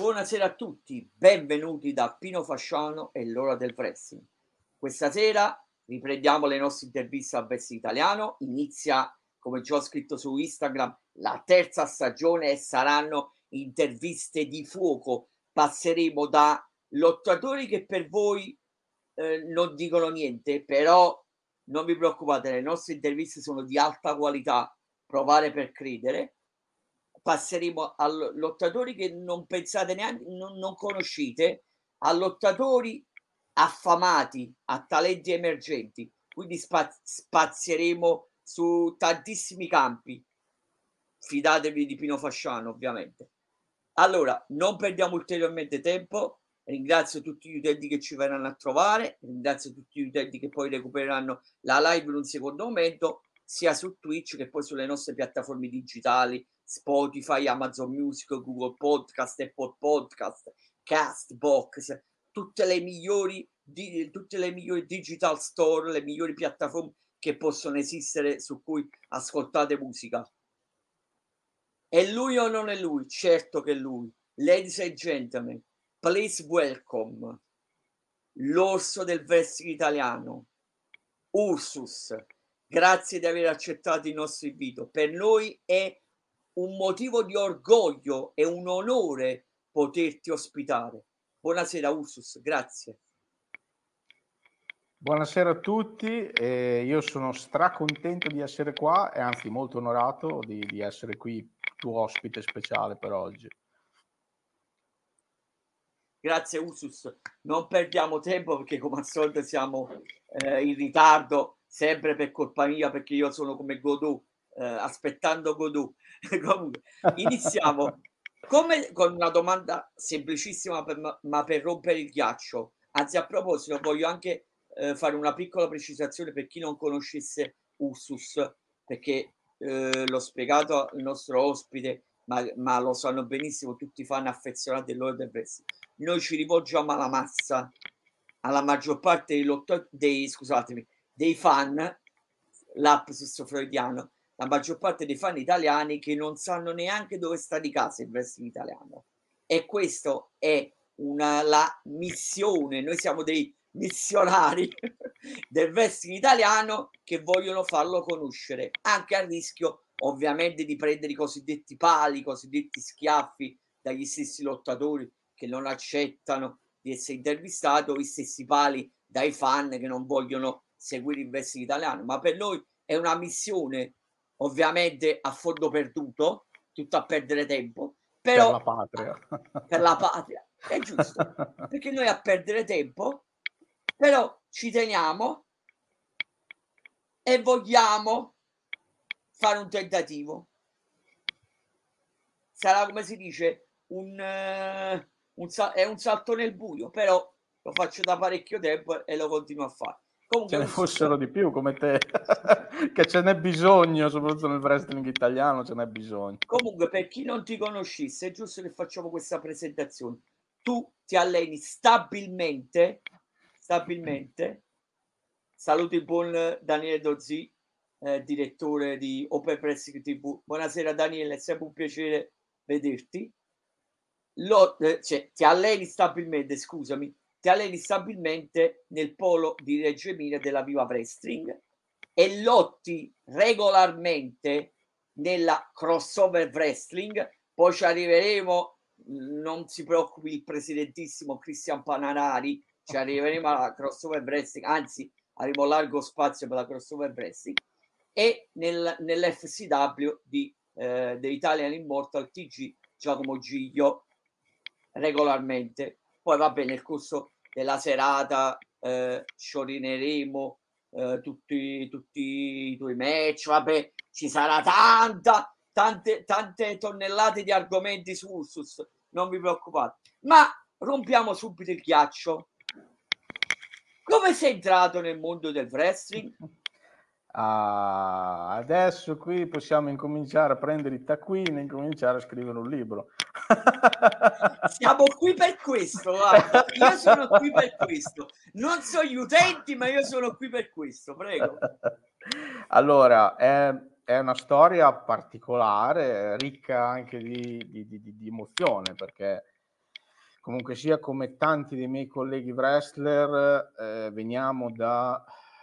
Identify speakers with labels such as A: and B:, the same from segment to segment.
A: Buonasera a tutti, benvenuti da Pino Fasciano e l'ora del wrestling. Questa sera riprendiamo le nostre interviste al wrestling italiano, inizia, come già ho scritto su Instagram, la terza stagione e saranno interviste di fuoco. Passeremo da lottatori che per voi non dicono niente, però non vi preoccupate, le nostre interviste sono di alta qualità, provare per credere. Passeremo a lottatori che non pensate neanche, non conoscete, a lottatori affamati, a talenti emergenti. Quindi spazieremo su tantissimi campi. Fidatevi di Pino Fasciano, ovviamente. Allora, non perdiamo ulteriormente tempo. Ringrazio tutti gli utenti che ci verranno a trovare, ringrazio tutti gli utenti che poi recupereranno la live in un secondo momento, sia su Twitch che poi sulle nostre piattaforme digitali, Spotify, Amazon Music, Google Podcast, Apple Podcast, Castbox, tutte le migliori digital store, le migliori piattaforme che possono esistere su cui ascoltate musica. È lui o non è lui? Certo che è lui. Ladies and gentlemen, please welcome l'orso del wrestling italiano, Ursus. Grazie di aver accettato il nostro invito. Per noi è un motivo di orgoglio e un onore poterti ospitare. Buonasera Ursus, grazie.
B: Buonasera a tutti, io sono stracontento di essere qua e anzi molto onorato di essere qui tuo ospite speciale per oggi.
A: Grazie Ursus, non perdiamo tempo perché come al solito siamo in ritardo, sempre per colpa mia perché io sono come Godot, aspettando Godot. Comunque, iniziamo con una domanda semplicissima ma per rompere il ghiaccio. Anzi, a proposito, voglio anche fare una piccola precisazione per chi non conoscesse Ursus, perché l'ho spiegato al nostro ospite, ma lo sanno benissimo tutti i fan affezionati dell'Ora del Wrestling. Noi ci rivolgiamo alla massa, alla maggior parte dei fan, lapsus freudiano, la maggior parte dei fan italiani che non sanno neanche dove sta di casa il wrestling italiano. E questo è la missione, noi siamo dei missionari del wrestling italiano che vogliono farlo conoscere, anche a rischio ovviamente di prendere i cosiddetti pali, i cosiddetti schiaffi dagli stessi lottatori che non accettano di essere intervistato, gli stessi pali dai fan che non vogliono seguire il wrestling italiano. Ma per noi è una missione ovviamente a fondo perduto, tutto a perdere tempo, però
B: Per la patria.
A: per la patria è giusto, perché noi a perdere tempo però ci teniamo e vogliamo fare un tentativo. Sarà, come si dice, è un salto nel buio, però lo faccio da parecchio tempo e lo continuo a fare. Comunque,
B: Ce ne fossero di più come te, che ce n'è bisogno, soprattutto nel wrestling italiano ce n'è bisogno.
A: Comunque, per chi non ti conoscesse, è giusto che facciamo questa presentazione. Tu ti alleni stabilmente. Saluto il buon Daniele Dozzi, direttore di Open Wrestling TV. Buonasera Daniele, è sempre un piacere vederti. Ti alleni stabilmente, scusami, ti alleni stabilmente nel polo di Reggio Emilia della Viva Wrestling e lotti regolarmente nella crossover wrestling. Poi ci arriveremo, non si preoccupi il presidentissimo Cristian Panarari, ci arriveremo alla crossover wrestling, anzi arrivo largo spazio per la crossover wrestling e nell'FCW dell'Italian Immortal TG Giacomo Giglio regolarmente. Poi vabbè, nel corso della serata sciorineremo tutti i tuoi match, vabbè, ci sarà tante tonnellate di argomenti su Ursus, non vi preoccupate. Ma rompiamo subito il ghiaccio. Come sei entrato nel mondo del wrestling?
B: Adesso qui possiamo incominciare a prendere i taccuini e incominciare a scrivere un libro.
A: Siamo qui per questo, guarda, io sono qui per questo. Non so gli utenti, ma io sono qui per questo, prego.
B: Allora, è una storia particolare, ricca anche di emozione, perché comunque sia, come tanti dei miei colleghi wrestler, veniamo da,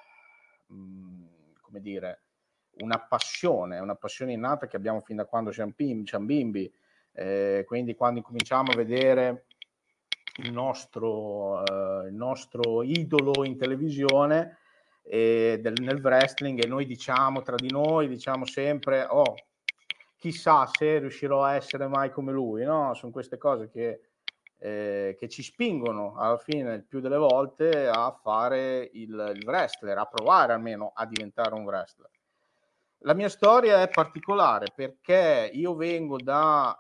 B: come dire, una passione innata che abbiamo fin da quando siamo bimbi. Quindi quando incominciamo a vedere il nostro idolo in televisione nel wrestling, e noi diciamo tra di noi, diciamo sempre, oh, chissà se riuscirò a essere mai come lui, no? Sono queste cose che ci spingono alla fine, il più delle volte, a fare il wrestler, a provare almeno a diventare un wrestler. La mia storia è particolare perché io vengo da...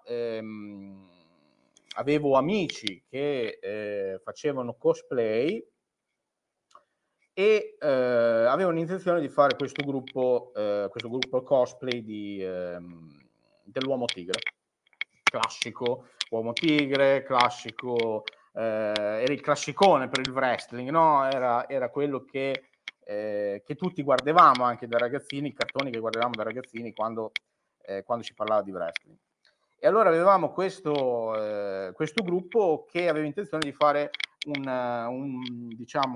B: avevo amici che facevano cosplay e avevano intenzione di fare questo gruppo cosplay dell'Uomo Tigre. Classico Uomo Tigre, classico... era il classicone per il wrestling, no? Era quello che tutti guardavamo anche da ragazzini, i cartoni che guardavamo da ragazzini quando si parlava di wrestling. E allora avevamo questo gruppo che aveva intenzione di fare un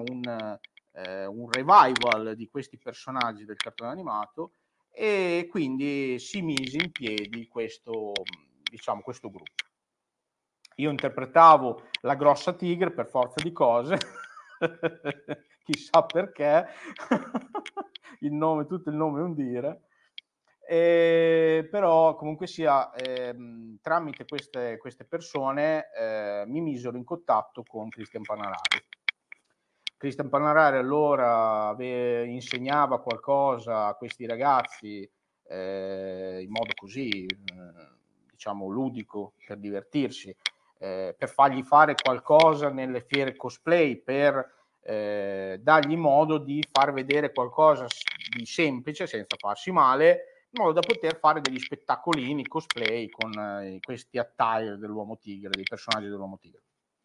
B: revival di questi personaggi del cartone animato, e quindi si mise in piedi questo gruppo. Io interpretavo la grossa tigre per forza di cose, chissà perché, tutto il nome è un dire. Però comunque sia, tramite queste persone mi misero in contatto con Christian Panarari. Christian Panarari allora insegnava qualcosa a questi ragazzi in modo così, diciamo, ludico, per divertirsi, per fargli fare qualcosa nelle fiere cosplay, per dargli modo di far vedere qualcosa di semplice senza farsi male, in modo da poter fare degli spettacolini cosplay con questi attire dell'Uomo Tigre, dei personaggi dell'Uomo Tigre.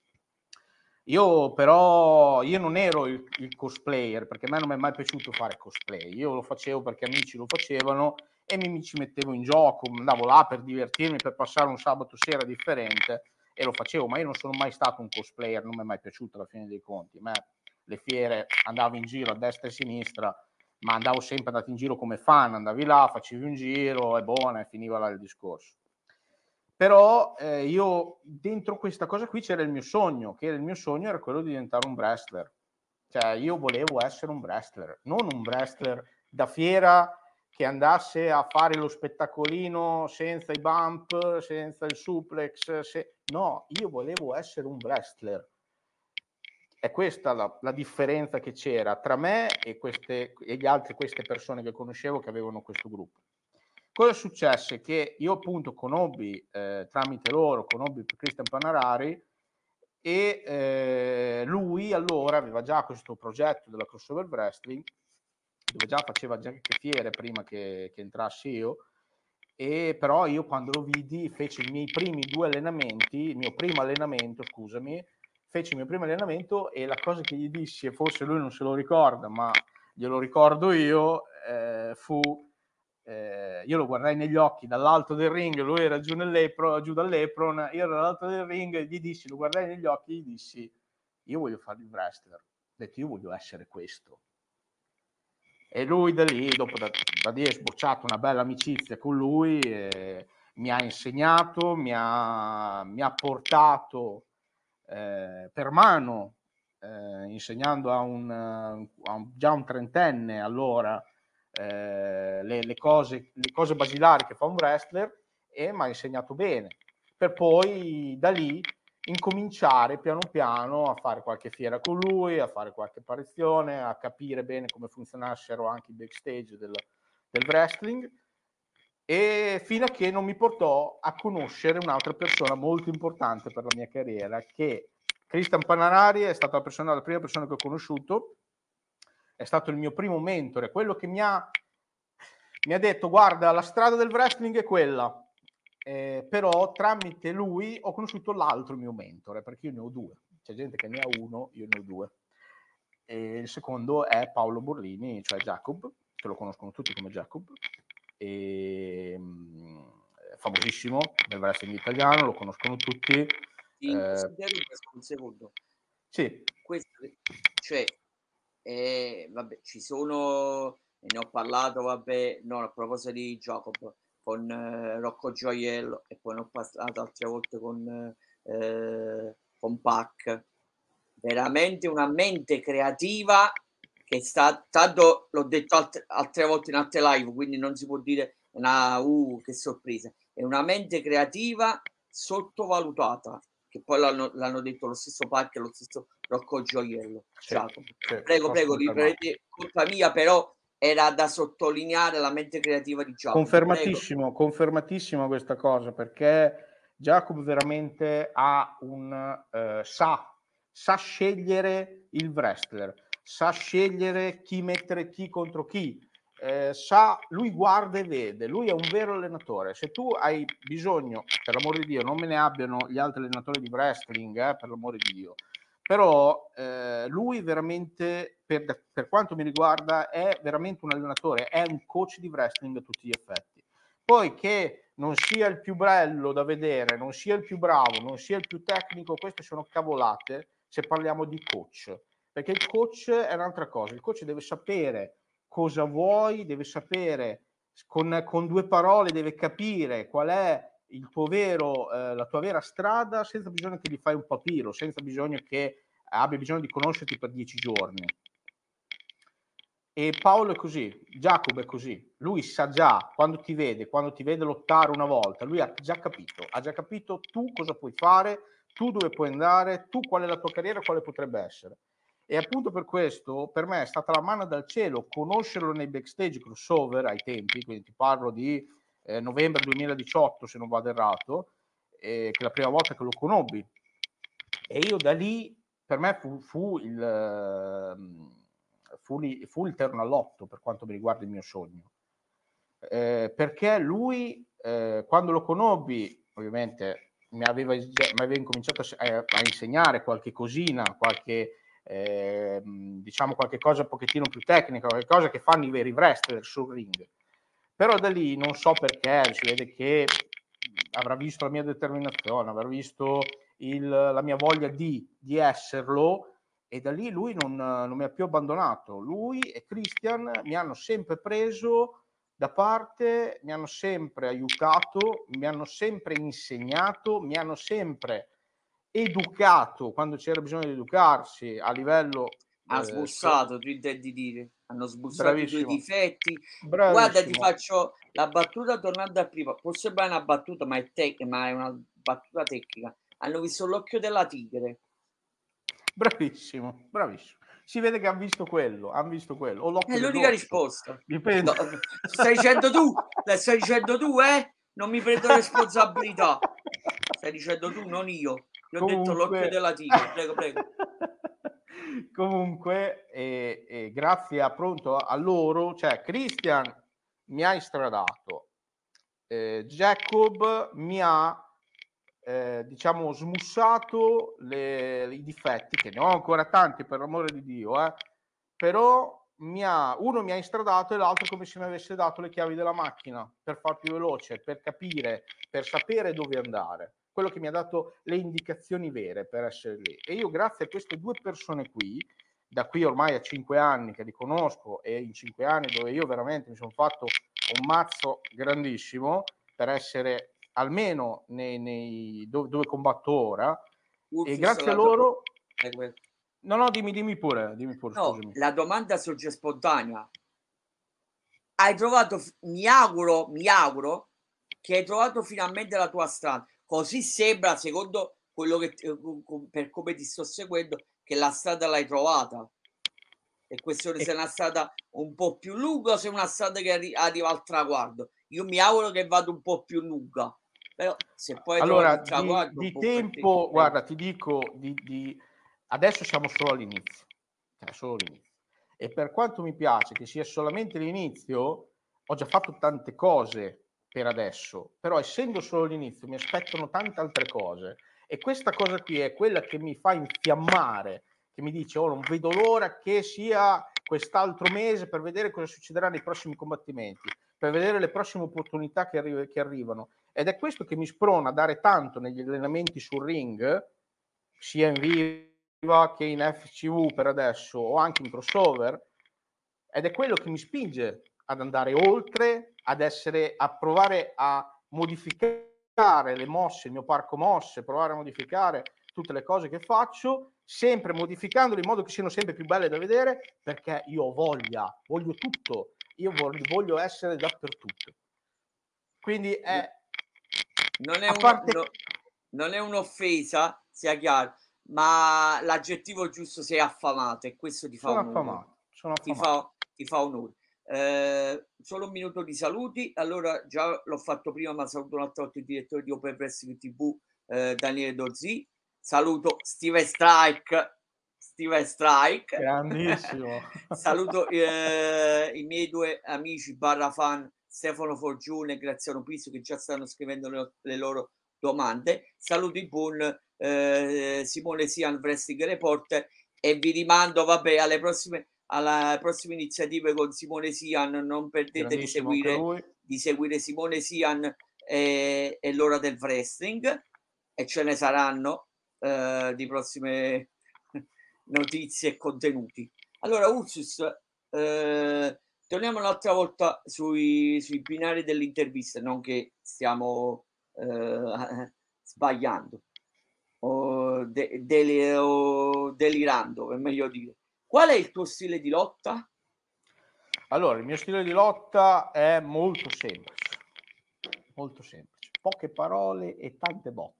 B: Io non ero il cosplayer, perché a me non mi è mai piaciuto fare cosplay. Io lo facevo perché amici lo facevano e mi ci mettevo in gioco, andavo là per divertirmi, per passare un sabato sera differente, e lo facevo, ma io non sono mai stato un cosplayer, non mi è mai piaciuto alla fine dei conti. A me le fiere, andavo in giro a destra e a sinistra, ma andavo sempre andato in giro come fan, andavi là, facevi un giro e buona, e finiva là il discorso. Però io dentro questa cosa qui c'era il mio sogno, era quello di diventare un wrestler. Cioè io volevo essere un wrestler, non un wrestler da fiera che andasse a fare lo spettacolino senza i bump, senza il suplex, no, io volevo essere un wrestler. È questa la differenza che c'era tra me e queste persone che conoscevo che avevano questo gruppo. Cosa successe? Che io appunto conobbi tramite loro, conobbi Christian Panarari, e lui allora aveva già questo progetto della crossover wrestling, dove già faceva già anche fiere prima che entrassi io, e però io quando lo vidi feci i miei primi due allenamenti, il mio primo allenamento, e la cosa che gli dissi, e forse lui non se lo ricorda, ma glielo ricordo io, fu... io lo guardai negli occhi dall'alto del ring, lui era giù dall'apron, io ero dall'alto del ring, e gli dissi, lo guardai negli occhi e gli dissi, io voglio fare il wrestler, ho detto, io voglio essere questo. E lui da lì, dopo da lì è sbocciata una bella amicizia con lui, mi ha insegnato, mi ha portato per mano, insegnando a già un trentenne allora, le cose basilari che fa un wrestler, e mi ha insegnato bene, per poi da lì incominciare piano piano a fare qualche fiera con lui, a fare qualche apparizione, a capire bene come funzionassero anche i backstage del wrestling, e fino a che non mi portò a conoscere un'altra persona molto importante per la mia carriera, che Christian Panarari è stata la prima persona che ho conosciuto, è stato il mio primo mentore, quello che mi ha detto, guarda, la strada del wrestling è quella. Però tramite lui ho conosciuto l'altro mio mentore, perché io ne ho due, c'è gente che ne ha uno, io ne ho due, e il secondo è Paolo Borlini, cioè Jacob, che lo conoscono tutti come Jacob, famosissimo nel wrestling italiano, lo conoscono tutti.
A: Posso interrompere un secondo?
B: Sì.
A: Questo, cioè, vabbè, ci sono, e ne ho parlato, vabbè, no, a proposito di Jacob, con Rocco Gioiello, e poi ne ho parlato altre volte con Pac. Veramente una mente creativa che sta, tanto l'ho detto altre volte in altre live, quindi non si può dire una che sorpresa. È una mente creativa sottovalutata, che poi l'hanno detto lo stesso Pac e lo stesso Rocco Gioiello.
B: Sì,
A: Giacomo.
B: sì,
A: Prego,
B: posso
A: prego,
B: confermare.
A: riprendete, colpa mia, però era da sottolineare la mente creativa di Giacomo. Prego.
B: Confermatissimo questa cosa, perché Jacob veramente ha sa scegliere il wrestler, sa scegliere chi mettere chi contro chi, lui guarda e vede, lui è un vero allenatore. Se tu hai bisogno, per l'amore di Dio, non me ne abbiano gli altri allenatori di wrestling, per l'amore di Dio, però lui veramente, per quanto mi riguarda, è veramente un allenatore, è un coach di wrestling a tutti gli effetti. Poi che non sia il più bello da vedere, non sia il più bravo, non sia il più tecnico, queste sono cavolate se parliamo di coach, perché il coach è un'altra cosa. Il coach deve sapere cosa vuoi, deve sapere con due parole, deve capire qual è il tuo la tua vera strada, senza bisogno che gli fai un papiro, senza bisogno che abbia bisogno di conoscerti per 10 giorni. E Paolo è così, Giacomo è così, lui sa già, quando ti vede lottare una volta, lui ha già capito tu cosa puoi fare, tu dove puoi andare, tu qual è la tua carriera, quale potrebbe essere. E appunto per questo, per me è stata la manna dal cielo conoscerlo nei backstage crossover ai tempi, quindi ti parlo di novembre 2018 se non vado errato, che è la prima volta che lo conobbi. E io da lì, per me fu il terno all'otto per quanto mi riguarda il mio sogno. Perché lui, quando lo conobbi, ovviamente mi aveva incominciato a insegnare qualche cosina, diciamo qualche cosa un pochettino più tecnica, qualche cosa che fanno i veri wrestler sul ring. Però da lì non so perché, si vede che avrà visto la mia determinazione, avrà visto la mia voglia di esserlo, e da lì lui non mi ha più abbandonato. Lui e Christian mi hanno sempre preso da parte, mi hanno sempre aiutato, mi hanno sempre insegnato, mi hanno sempre educato quando c'era bisogno di educarsi a livello
A: Ha smussato, tu intendi dire. Hanno smussato i tuoi
B: bravissimo,
A: difetti. Guarda, ti
B: bravissimo,
A: faccio la battuta tornando a prima. Può sembrare una battuta, ma ma è una battuta tecnica. Hanno visto l'occhio della tigre.
B: bravissimo, bravissimo. Si vede che hanno visto quello, o
A: È
B: l'occhio
A: l'unica
B: dell'orso,
A: risposta.
B: dipende.
A: No, stai dicendo tu? Stai dicendo tu, eh? Non mi prendo responsabilità. Stai dicendo tu, non io. Io ho detto l'occhio
B: Comunque,
A: della tigre. Prego, prego.
B: comunque, grazie appunto a loro, cioè Christian mi ha istradato, Jacob mi ha diciamo smussato i difetti, che ne ho ancora tanti per l'amore di Dio, però uno mi ha istradato e l'altro come se mi avesse dato le chiavi della macchina per far più veloce, per capire, per sapere dove andare, quello che mi ha dato le indicazioni vere per essere lì. E io grazie a queste due persone qui, da qui ormai a 5 anni che li conosco, e in 5 anni dove io veramente mi sono fatto un mazzo grandissimo per essere almeno dove combatto ora, e
A: Urfus,
B: grazie a loro.
A: prego, prego.
B: No, dimmi pure,
A: No,
B: scusami.
A: la domanda sorge spontanea. Hai trovato, mi auguro che hai trovato finalmente la tua strada. Così sembra, secondo quello che per come ti sto seguendo, che la strada l'hai trovata. È questione se è una strada un po' più lunga o se è una strada che arriva al traguardo. Io mi auguro che vada un po' più lunga, però se poi hai trovato
B: Allora,
A: il traguardo, un
B: di
A: po' per te.
B: tempo, guarda, ti dico, adesso siamo solo all'inizio, solo l'inizio. E per quanto mi piace che sia solamente l'inizio, ho già fatto tante cose per adesso, però essendo solo l'inizio mi aspettano tante altre cose, e questa cosa qui è quella che mi fa infiammare, che mi dice, oh, non vedo l'ora che sia quest'altro mese per vedere cosa succederà nei prossimi combattimenti, per vedere le prossime opportunità che arrivano. ed è questo che mi sprona a dare tanto negli allenamenti sul ring, sia in viva che in FCV per adesso, o anche in crossover, ed è quello che mi spinge ad andare oltre, a provare a modificare le mosse, il mio parco mosse, provare a modificare tutte le cose che faccio, sempre modificandole in modo che siano sempre più belle da vedere, perché io ho voglia, voglio tutto, io voglio essere dappertutto. Quindi
A: non è un'offesa, sia chiaro, ma l'aggettivo giusto sei affamato e questo ti fa onore.
B: Sono affamato.
A: Ti fa onore. Solo un minuto di saluti. Allora, già l'ho fatto prima, ma saluto un'altra volta il direttore di Open Wrestling TV, Daniele Dozzi. Saluto Steven Strike.
B: Grandissimo.
A: Saluto i miei due amici barra fan Stefano Forgione e Graziano Piso, che già stanno scrivendo le loro domande. Saluto il buon Simone Sian, Wrestling Reporter, e vi rimando alle prossime iniziative con Simone Sian. Non perdete di seguire Simone Sian e l'ora del wrestling, e ce ne saranno di prossime notizie e contenuti. Allora, Ursus, torniamo un'altra volta sui binari dell'intervista, non che stiamo sbagliando o delirando, è meglio dire. Qual è il tuo stile di lotta?
B: Allora, il mio stile di lotta è molto semplice, poche parole e tante botte.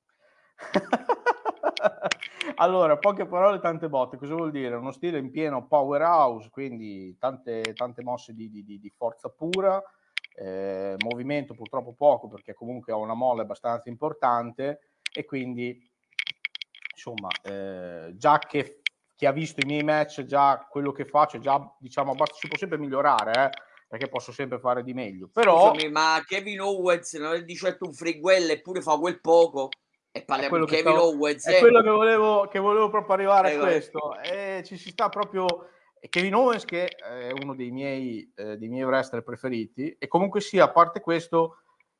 B: Allora, poche parole e tante botte, cosa vuol dire? Uno stile in pieno powerhouse, quindi tante mosse di forza pura, movimento purtroppo poco, perché comunque ho una molla abbastanza importante, e quindi insomma già che chi ha visto i miei match, già quello che faccio, già diciamo si può sempre migliorare, perché posso sempre fare di meglio. Però
A: scusami, ma Kevin Owens non è di certo un freguello, eppure fa quel poco, e parliamo di Kevin Owens.
B: È quello che volevo proprio arrivare a questo. Ci si sta proprio Kevin Owens, che è uno dei miei wrestler preferiti, e comunque sia, a parte questo,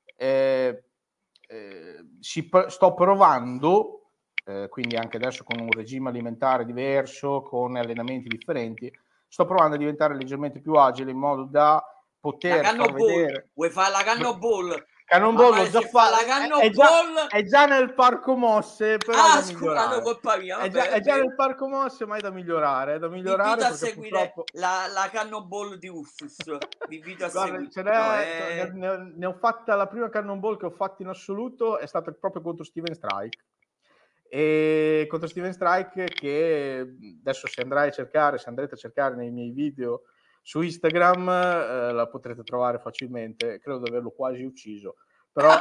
B: sto provando, quindi anche adesso con un regime alimentare diverso, con allenamenti differenti, sto provando a diventare leggermente più agile, in modo da poter far vedere.
A: Vuoi fare la Cannonball?
B: Cannonball l'ho già fatto, è già nel parco mosse, però è da migliorare.
A: Colpa mia,
B: è già nel parco mosse, ma è da migliorare,
A: vi invito a seguire
B: purtroppo
A: la Cannonball di Ursus. Vi invito a
B: seguire. Ne ho fatta, la prima Cannonball che ho fatto in assoluto è stata proprio contro Steven Strike. E contro Steven Strike, che adesso se andrete a cercare nei miei video su Instagram, la potrete trovare facilmente. Credo di averlo quasi ucciso, però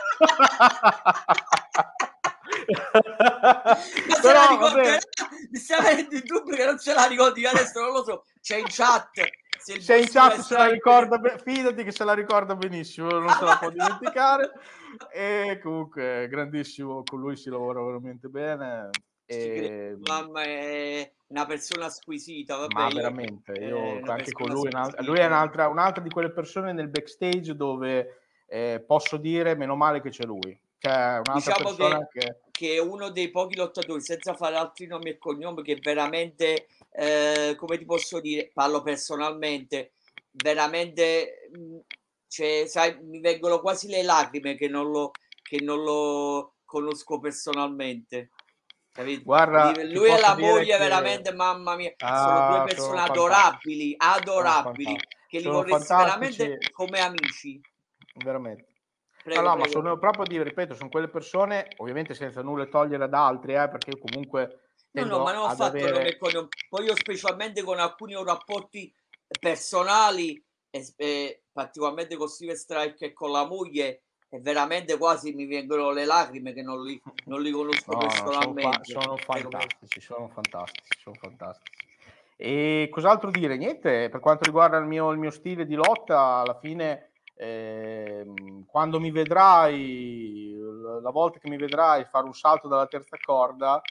A: mi sta venendo in dubbio che non ce la ricordi, adesso non lo so, c'è in chat.
B: Se la ricorda, fidati che se la ricorda benissimo, non se la può dimenticare. E comunque grandissimo, con lui si lavora veramente bene.
A: Mamma è una persona squisita,
B: ma veramente, io anche con lui è un'altra di quelle persone nel backstage dove posso dire meno male che c'è lui. Cioè, un'altra persona
A: che è uno dei pochi lottatori, senza fare altri nomi e cognomi, che veramente, come ti posso dire, parlo personalmente, veramente, sai, mi vengono quasi le lacrime che non lo conosco personalmente. Capito?
B: Guarda,
A: lui e la moglie, veramente, mamma mia, sono due persone adorabili, che li vorresti veramente come amici.
B: Veramente. Prego. Ma sono proprio ripeto, sono quelle persone, ovviamente senza nulla togliere ad altri, perché io comunque
A: ma non ho fatto nome. Poi io, specialmente con alcuni rapporti personali, particolarmente con Steven Strike e con la moglie, e veramente quasi mi vengono le lacrime che non li conosco personalmente.
B: Sono fantastici. E cos'altro dire? Niente, per quanto riguarda il mio stile di lotta, alla fine quando mi vedrai, la volta che mi vedrai fare un salto dalla terza corda,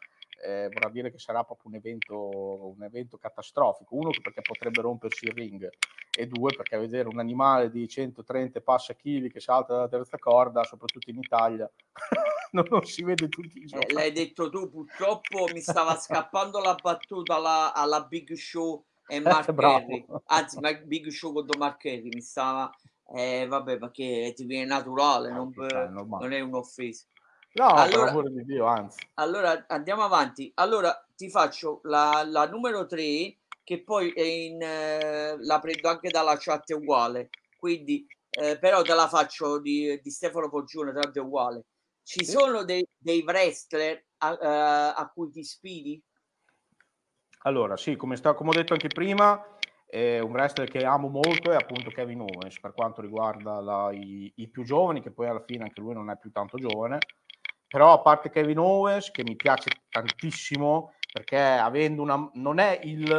B: vorrà dire che sarà proprio un evento catastrofico. Uno, perché potrebbe rompersi il ring, e due, perché vedere un animale di 130 e passa chili che salta dalla terza corda, soprattutto in Italia, non si vede tutti i giorni.
A: L'hai detto tu, purtroppo mi stava scappando la battuta alla Big Show e Mark Henry,
B: Bravo.
A: anzi Big Show contro Mark Henry, mi stava, vabbè, perché ti viene naturale, non,
B: Ci sta, è normale.
A: non è un'offesa.
B: No, per
A: Allora,
B: l'amore di Dio, anzi.
A: allora andiamo avanti. Allora ti faccio la numero 3, che poi è la prendo anche dalla chat, è uguale, quindi però te la faccio di Stefano Poggione, tanto è uguale. Ci
B: Sì.
A: sono dei wrestler a cui ti ispiri?
B: Allora, sì, come ho detto anche prima, un wrestler che amo molto è appunto Kevin Owens, per quanto riguarda i più giovani, che poi alla fine anche lui non è più tanto giovane. Però a parte Kevin Owens, che mi piace tantissimo, perché avendo non è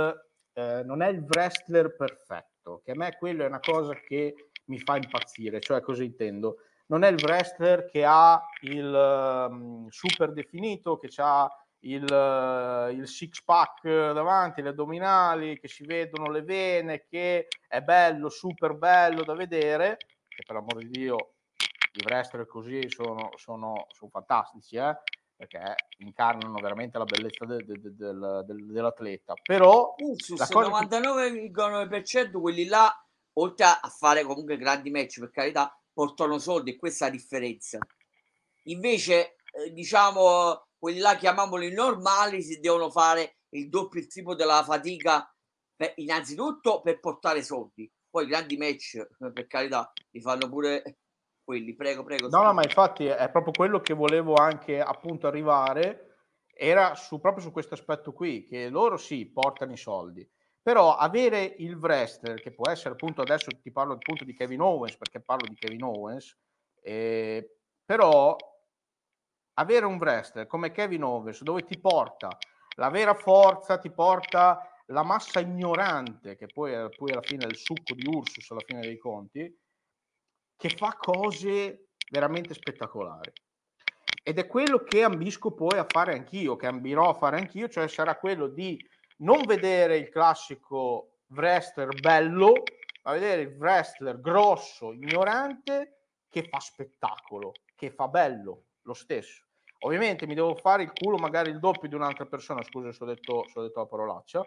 B: il wrestler perfetto, che a me quello è una cosa che mi fa impazzire, cioè cosa intendo? Non è il wrestler che ha il super definito, che ha il six pack davanti, le addominali, che si vedono le vene, che è bello, super bello da vedere, che per l'amor di Dio i wrestler così sono fantastici, perché incarnano veramente la bellezza dell'atleta. Però la
A: Ursus
B: cosa che
A: 99,9%, quelli là, oltre a fare comunque grandi match, per carità, portano soldi, e questa è la differenza. Invece, diciamo, quelli là, chiamiamoli normali, si devono fare il doppio, il triplo della fatica, innanzitutto per portare soldi. Poi grandi match, per carità, li fanno pure quelli. Prego, prego.
B: No, ma infatti è proprio quello che volevo anche appunto arrivare, era proprio su questo aspetto qui, che loro sì, portano i soldi, però avere il wrestler, che può essere appunto, adesso ti parlo appunto di Kevin Owens, perché parlo di Kevin Owens, però avere un wrestler come Kevin Owens, dove ti porta la vera forza, ti porta la massa ignorante, che poi alla fine è il succo di Ursus alla fine dei conti, che fa cose veramente spettacolari. Ed è quello che ambisco poi a fare anch'io, che ambirò a fare anch'io, cioè sarà quello di non vedere il classico wrestler bello, ma vedere il wrestler grosso, ignorante, che fa spettacolo, che fa bello lo stesso. Ovviamente mi devo fare il culo magari il doppio di un'altra persona, scusa se ho detto la parolaccia,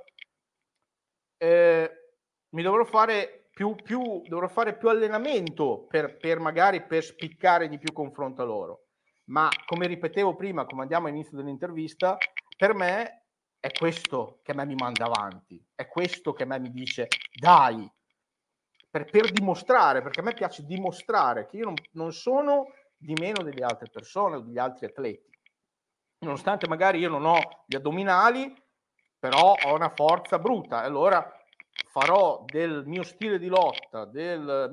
B: mi dovrò fare dovrò fare più allenamento magari per spiccare di più confronto a loro. Ma come ripetevo prima, come andiamo all'inizio dell'intervista, per me è questo che a me mi manda avanti, è questo che a me mi dice dai, per dimostrare, perché a me piace dimostrare che io non sono di meno delle altre persone o degli altri atleti. Nonostante magari io non ho gli addominali, però ho una forza bruta, e allora farò del mio stile di lotta, della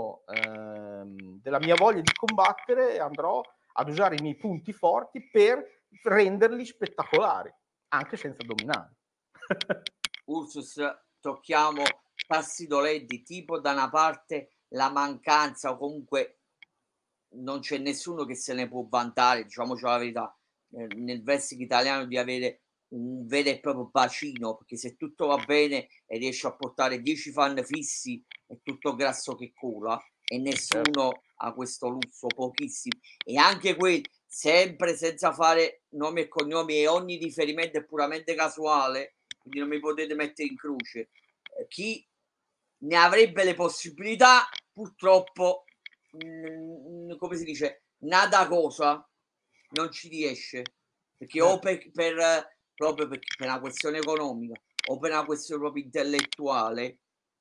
B: mia voglia di combattere, e andrò ad usare i miei punti forti per renderli spettacolari, anche senza addominali.
A: Ursus, tocchiamo tassi dolenti, tipo da una parte la mancanza, o comunque non c'è nessuno che se ne può vantare, diciamoci la verità, nel wrestling italiano, di avere un vero e proprio bacino, perché se tutto va bene e riesci a portare 10 fan fissi, è tutto grasso che cola, e nessuno ha questo lusso, pochissimi, e anche quelli sempre senza fare nomi e cognomi, e ogni riferimento è puramente casuale, quindi non mi potete mettere in croce. Chi ne avrebbe le possibilità, purtroppo, come si dice, nada cosa, non ci riesce, perché o proprio per una questione economica, o per una questione proprio intellettuale,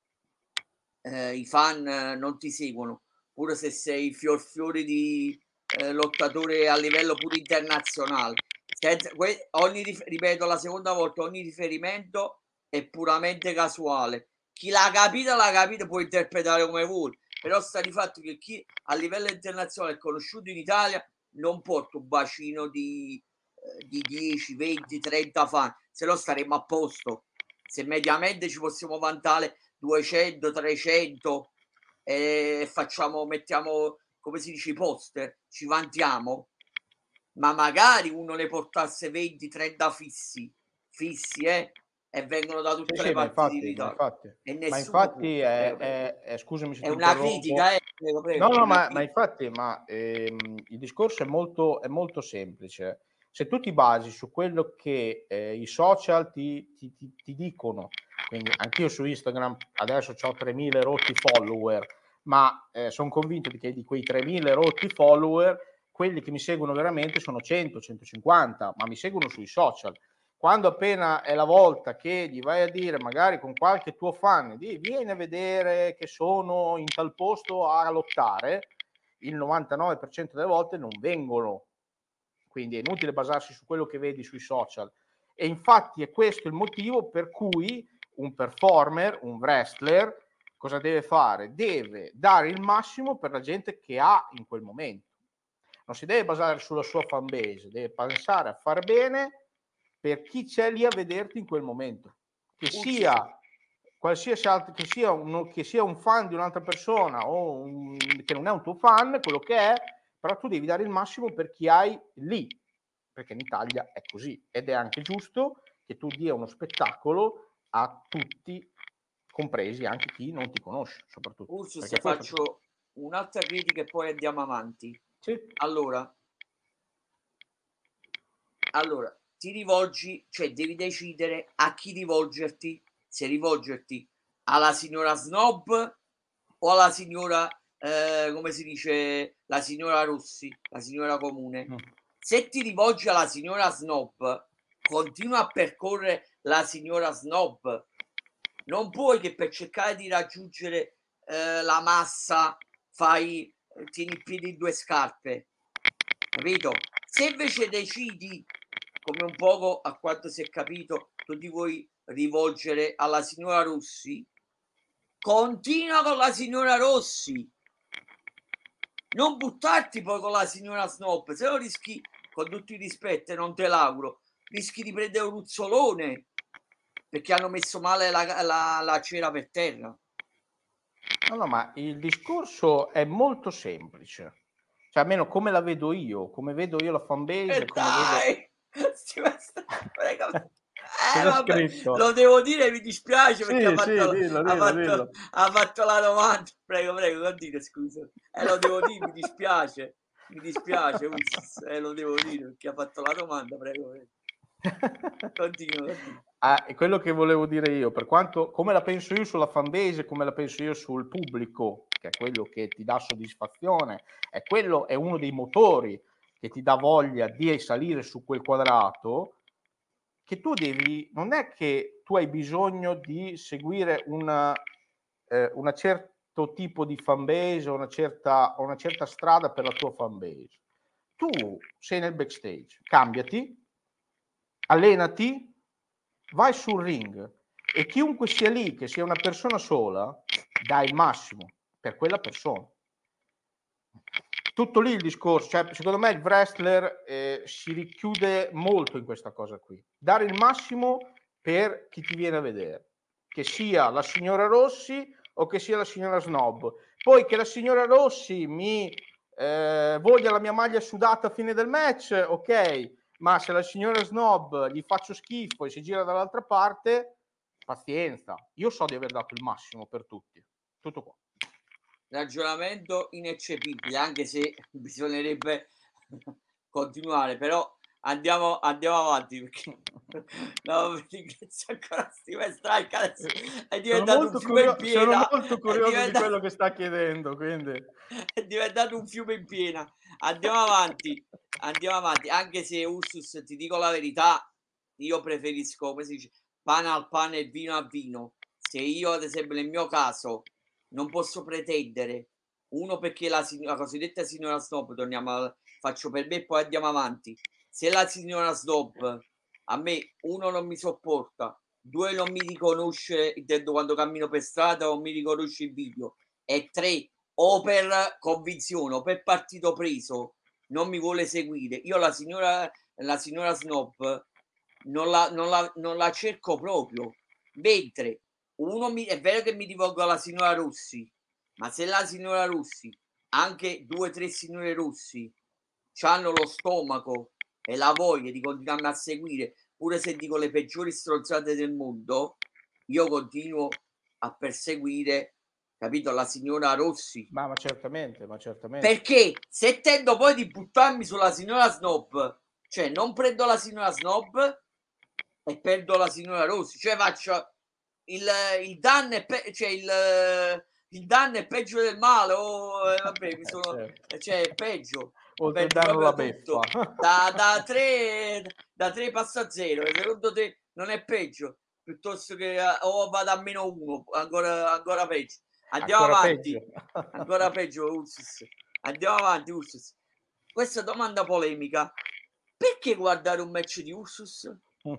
A: i fan non ti seguono, pure se sei fior di lottatore a livello pure internazionale. Ripeto la seconda volta, ogni riferimento è puramente casuale. Chi l'ha capito, può interpretare come vuole, però sta di fatto che chi a livello internazionale è conosciuto in Italia non porta un bacino di 10, 20, 30 fan, se no staremmo a posto. Se mediamente ci possiamo vantare 200, 300 e mettiamo, come si dice, i poster, ci vantiamo. ma magari uno ne portasse 20-30 fissi, e vengono da
B: Sì,
A: tutte le
B: sì,
A: parti
B: ma
A: d'Italia
B: infatti,
A: e
B: ma
A: nessuno può.
B: infatti
A: Prego, prego.
B: scusami se
A: È
B: ti
A: una
B: interrompo.
A: critica, prego,
B: No,
A: prego, è
B: no,
A: una
B: ma
A: critica.
B: infatti, il discorso è molto semplice. Se tu ti basi su quello che i social ti dicono, quindi anch'io su Instagram adesso ho 3.000 rotti follower, ma sono convinto che di quei 3.000 rotti follower, quelli che mi seguono veramente sono 100, 150, ma mi seguono sui social. Quando appena è la volta che gli vai a dire, magari con qualche tuo fan, vieni a vedere che sono in tal posto a lottare, il 99% delle volte non vengono. Quindi è inutile basarsi su quello che vedi sui social. E infatti è questo il motivo per cui un performer, un wrestler, cosa deve fare? Deve dare il massimo per la gente che ha in quel momento. Non si deve basare sulla sua fan base, deve pensare a far bene per chi c'è lì a vederti in quel momento, che
A: Ursus,
B: sia qualsiasi altro, che sia un fan di un'altra persona o che non è un tuo fan, quello che è, però tu devi dare il massimo per chi hai lì, perché in Italia è così ed è anche giusto che tu dia uno spettacolo a tutti, compresi anche chi non ti conosce, soprattutto.
A: Ursus,
B: Perché questo
A: faccio un'altra critica e poi andiamo avanti.
B: sì.
A: Allora, ti rivolgi, cioè devi decidere a chi rivolgerti, se rivolgerti alla signora Snob o alla signora, come si dice, la signora Rossi, la signora comune.
B: Mm.
A: Se ti rivolgi alla signora Snob, continua a percorrere la signora Snob. Non puoi che per cercare di raggiungere la massa tieni in piedi due scarpe, capito? Se invece decidi, come un poco a quanto si è capito, tu ti vuoi rivolgere alla signora Rossi, continua con la signora Rossi, non buttarti poi con la signora Snob, se no rischi, con tutto il rispetto, e non te l'auguro, rischi di prendere un ruzzolone perché hanno messo male la cera per terra.
B: No, ma il discorso è molto semplice. Cioè, almeno come la vedo io, come vedo io la fanbase, come vedo...
A: Dai! Prego.
B: Cosa ha
A: Vabbè,
B: scritto?
A: lo devo dire, mi dispiace perché
B: Sì, sì, dillo, dillo, dillo.
A: ha fatto la domanda. Prego, prego, continua, scusa. Lo devo dire, mi dispiace, Ursus, lo devo dire perché ha fatto la domanda, prego, prego. Continua, continua.
B: È quello che volevo dire io, per quanto, come la penso io sulla fanbase, come la penso io sul pubblico, che è quello che ti dà soddisfazione, è uno dei motori che ti dà voglia di salire su quel quadrato, che tu devi, non è che tu hai bisogno di seguire una certo tipo di fanbase o una certa strada per la tua fanbase. Tu sei nel backstage, cambiati, allenati, vai sul ring e chiunque sia lì, che sia una persona sola, dai il massimo per quella persona. Tutto lì il discorso, cioè secondo me il wrestler si richiude molto in questa cosa qui. Dare il massimo per chi ti viene a vedere, che sia la signora Rossi o che sia la signora Snob. Poi che la signora Rossi mi voglia la mia maglia sudata a fine del match, ok, ma se la signora Snob gli faccio schifo e si gira dall'altra parte, pazienza, io so di aver dato il massimo per tutti. Tutto qua.
A: Ragionamento ineccepibile, anche se bisognerebbe continuare, però andiamo avanti perché no, mi ringrazio ancora Steven Strike, adesso è diventato un fiume in
B: Sono
A: piena,
B: molto curioso di quello che sta chiedendo, quindi.
A: è diventato un fiume in piena. Andiamo avanti, andiamo avanti, anche se Ursus, ti dico la verità, io preferisco, come si dice, pane al pane e vino al vino. Se io, ad esempio, nel mio caso, non posso pretendere, uno perché la cosiddetta signora Snob, faccio per me e poi andiamo avanti. Se la signora Snob a me, uno, non mi sopporta, due, non mi riconosce, intendo quando cammino per strada, non mi riconosce il video, e tre, o per convinzione o per partito preso non mi vuole seguire, io la signora Snob non la cerco proprio. Mentre è vero che mi rivolgo alla signora Rossi, ma se la signora Rossi, anche 2 o 3 signore Rossi hanno lo stomaco e la voglia di continuarmi a seguire, pure se dico le peggiori stronzate del mondo, io continuo a perseguire, capito, la signora Rossi.
B: Ma certamente, ma certamente.
A: Perché se tendo poi di buttarmi sulla signora Snob, cioè non prendo la signora Snob e perdo la signora Rossi, cioè faccio il danno è cioè il danno è peggio del male, vabbè, mi sono,
B: Certo.
A: cioè è peggio,
B: Oltre il
A: perdo
B: danno la
A: proprio tutto,
B: beffa.
A: da 3 passa a 0, secondo te non è peggio? Piuttosto che o vado a -1, ancora peggio. Andiamo
B: Ancora
A: avanti,
B: peggio.
A: ancora peggio Ursus. Andiamo avanti Ursus. Questa domanda polemica: perché guardare un match di Ursus?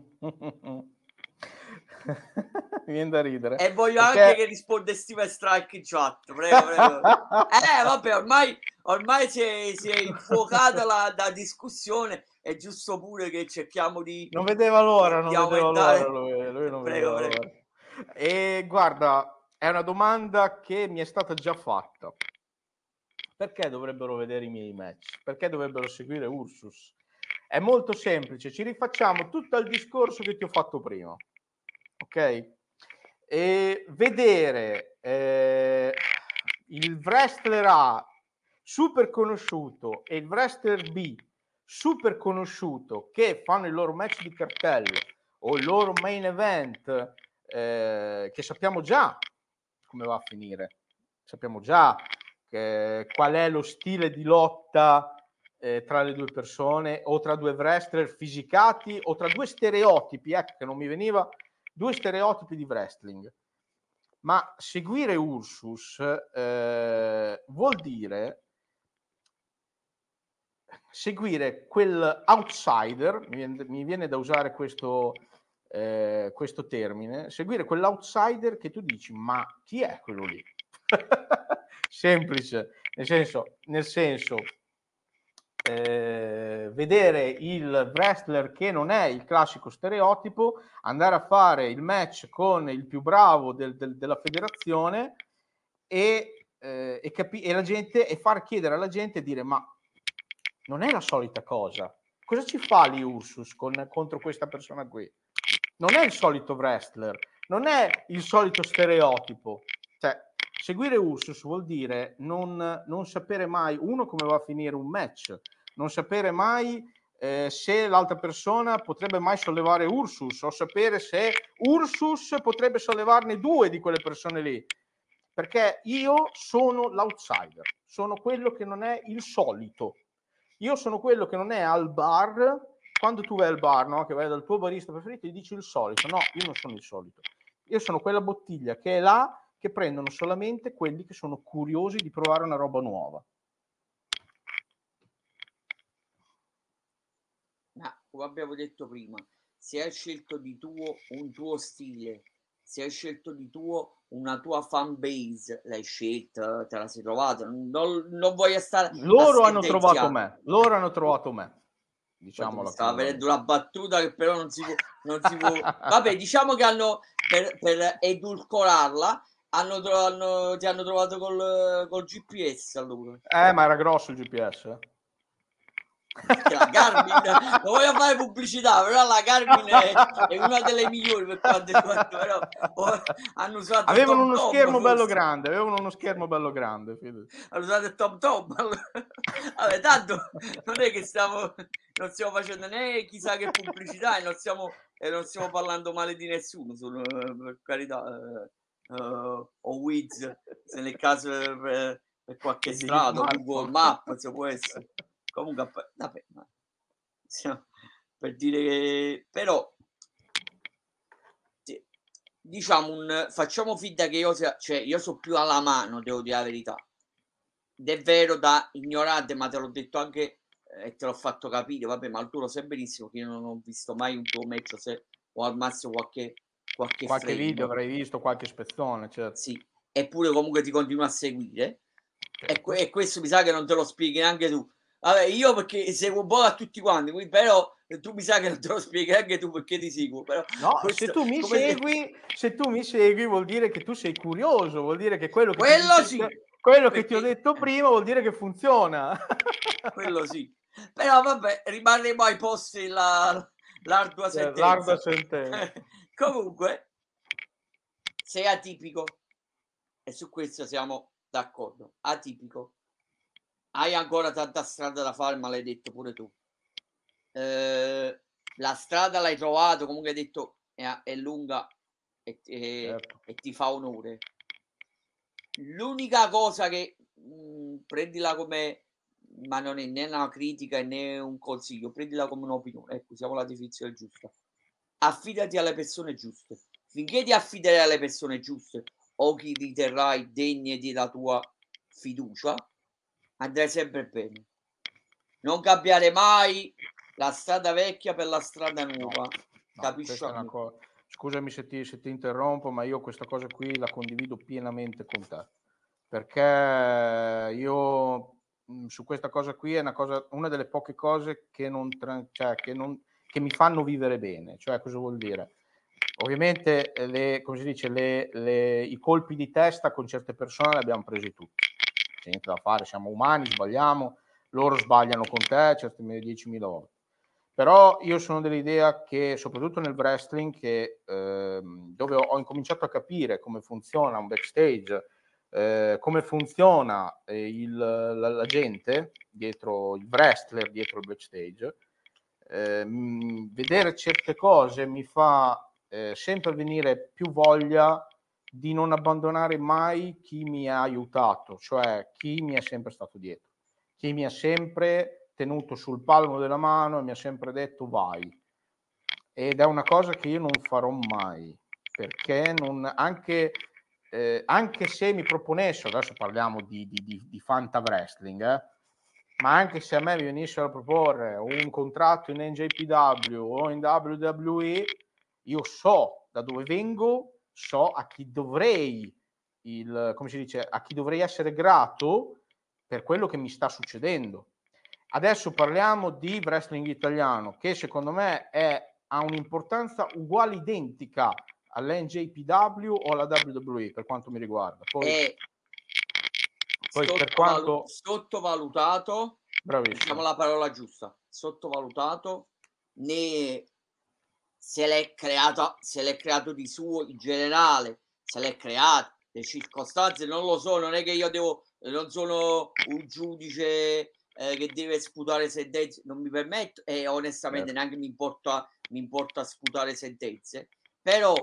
B: Mi viene da ridere.
A: E voglio
B: Perché...
A: anche che risponde Steven Strike in chat, prego, prego. Vabbè, ormai si è infuocata la discussione, è giusto pure che cerchiamo
B: Non vedeva l'ora,
A: di
B: non vedeva l'ora
A: aumentare.
B: lui non
A: Prego,
B: vedeva
A: prego.
B: l'ora. E guarda, è una domanda che mi è stata già fatta. Perché dovrebbero vedere i miei match? Perché dovrebbero seguire Ursus? È molto semplice, ci rifacciamo tutto il discorso che ti ho fatto prima, ok? E vedere il wrestler A super conosciuto e il wrestler B super conosciuto che fanno il loro match di cartello o il loro main event, che sappiamo già come va a finire, sappiamo già qual è lo stile di lotta tra le due persone o tra due wrestler fisicati o tra due stereotipi, che non mi veniva, due stereotipi di wrestling. Ma seguire Ursus vuol dire seguire quel outsider, mi viene da usare questo termine, seguire quell'outsider che tu dici, ma chi è quello lì? Semplice, nel senso vedere il wrestler che non è il classico stereotipo, andare a fare il match con il più bravo della federazione e la gente, e far chiedere alla gente e dire, ma non è la solita cosa, cosa ci fa lì Ursus contro questa persona qui? Non è il solito wrestler, non è il solito stereotipo. Cioè, seguire Ursus vuol dire non sapere mai, uno, come va a finire un match, non sapere mai se l'altra persona potrebbe mai sollevare Ursus, o sapere se Ursus potrebbe sollevarne due di quelle persone lì. Perché io sono l'outsider, sono quello che non è il solito. Io sono quello che non è al bar, quando tu vai al bar, no? Che vai dal tuo barista preferito e dici il solito. No, io non sono il solito. Io sono quella bottiglia che è là, che prendono solamente quelli che sono curiosi di provare una roba nuova.
A: Ma come abbiamo detto prima, se hai scelto di tuo un tuo stile, se hai scelto di tuo una tua fan base, l'hai scelta, te la sei trovata, non voglio stare
B: Loro hanno trovato me, loro hanno trovato me. Diciamola,
A: mi stava venendo una battuta che però non si può. Vabbè, diciamo che hanno per edulcorarla ti hanno trovato col GPS allora.
B: Ma era grosso il GPS.
A: Che la Garmin, non voglio fare pubblicità, però la Garmin è una delle migliori per quanto riguarda, però hanno usato
B: avevano uno
A: Tom
B: schermo bello
A: forse.
B: grande,
A: Hanno usato il Tom. Vabbè, tanto non è che non stiamo facendo né chissà che pubblicità e non stiamo parlando male di nessuno, per carità, o Wiz, se nel caso per qualche strada, Google Maps, se può essere. Comunque, vabbè, ma per dire che però diciamo facciamo finta che io so più alla mano, devo dire la verità. Ed è vero, da ignorante, ma te l'ho detto anche e te l'ho fatto capire, vabbè, ma tu lo sai benissimo che io non ho visto mai un tuo match, o al massimo qualche frame.
B: Video avrei visto, qualche spezzone, certo.
A: Sì, eppure comunque ti continuo a seguire, certo. E questo mi sa che non te lo spieghi neanche tu. Vabbè, io perché seguo un po' a tutti quanti, però tu mi sa che non te lo spieghi anche tu perché ti seguo. Però
B: no, questo, se tu mi segui vuol dire che tu sei curioso, vuol dire che quello che ti ho detto prima vuol dire che funziona.
A: Quello sì. Però vabbè, rimarremo ai posti l'ardua
B: L'ardua
A: sentenza.
B: sentenza.
A: Comunque, sei atipico e su questo siamo d'accordo. Atipico. Hai ancora tanta strada da fare, ma l'hai detto pure tu. La strada l'hai trovato, comunque hai detto è lunga
B: Certo.
A: e ti fa onore. L'unica cosa che, prendila come, ma non è né una critica né un consiglio, prendila come un'opinione, ecco, usiamo la definizione giusta. Affidati alle persone giuste. Finché ti affiderai alle persone giuste o chi riterrai degne della tua fiducia, andrai sempre bene. Non cambiare mai la strada vecchia per la strada
B: No,
A: nuova,
B: no,
A: capisci
B: questa
A: a
B: è una
A: me?
B: cosa. Scusami se ti interrompo, ma io questa cosa qui la condivido pienamente con te, perché io su questa cosa qui è una delle poche cose che cioè, che mi fanno vivere bene. Cioè, cosa vuol dire? Ovviamente come si dice, i colpi di testa con certe persone li abbiamo presi tutti. C'è niente da fare, siamo umani, sbagliamo, loro sbagliano con te, certe 10.000 volte. Però io sono dell'idea che, soprattutto nel wrestling, dove ho incominciato a capire come funziona un backstage, come funziona la gente dietro il wrestler, dietro il backstage, vedere certe cose mi fa sempre venire più voglia di non abbandonare mai chi mi ha aiutato, cioè chi mi è sempre stato dietro, chi mi ha sempre tenuto sul palmo della mano e mi ha sempre detto vai. Ed è una cosa che io non farò mai, perché anche se mi proponessero, adesso parliamo di Fanta Wrestling, ma anche se a me mi venissero a proporre un contratto in NJPW o in WWE, io so da dove vengo, so a chi dovrei come si dice, a chi dovrei essere grato per quello che mi sta succedendo. Adesso parliamo di wrestling italiano, che secondo me ha un'importanza uguale, identica all'NJPW o alla WWE per quanto mi riguarda. Poi per quanto...
A: Sottovalutato, diciamo
B: Bravissimo.
A: la parola giusta, sottovalutato, né se l'è creato di suo in generale, se l'è creato, le circostanze non lo so, non è che io non sono un giudice che deve sputare sentenze, non mi permetto e onestamente neanche mi importa sputare sentenze, però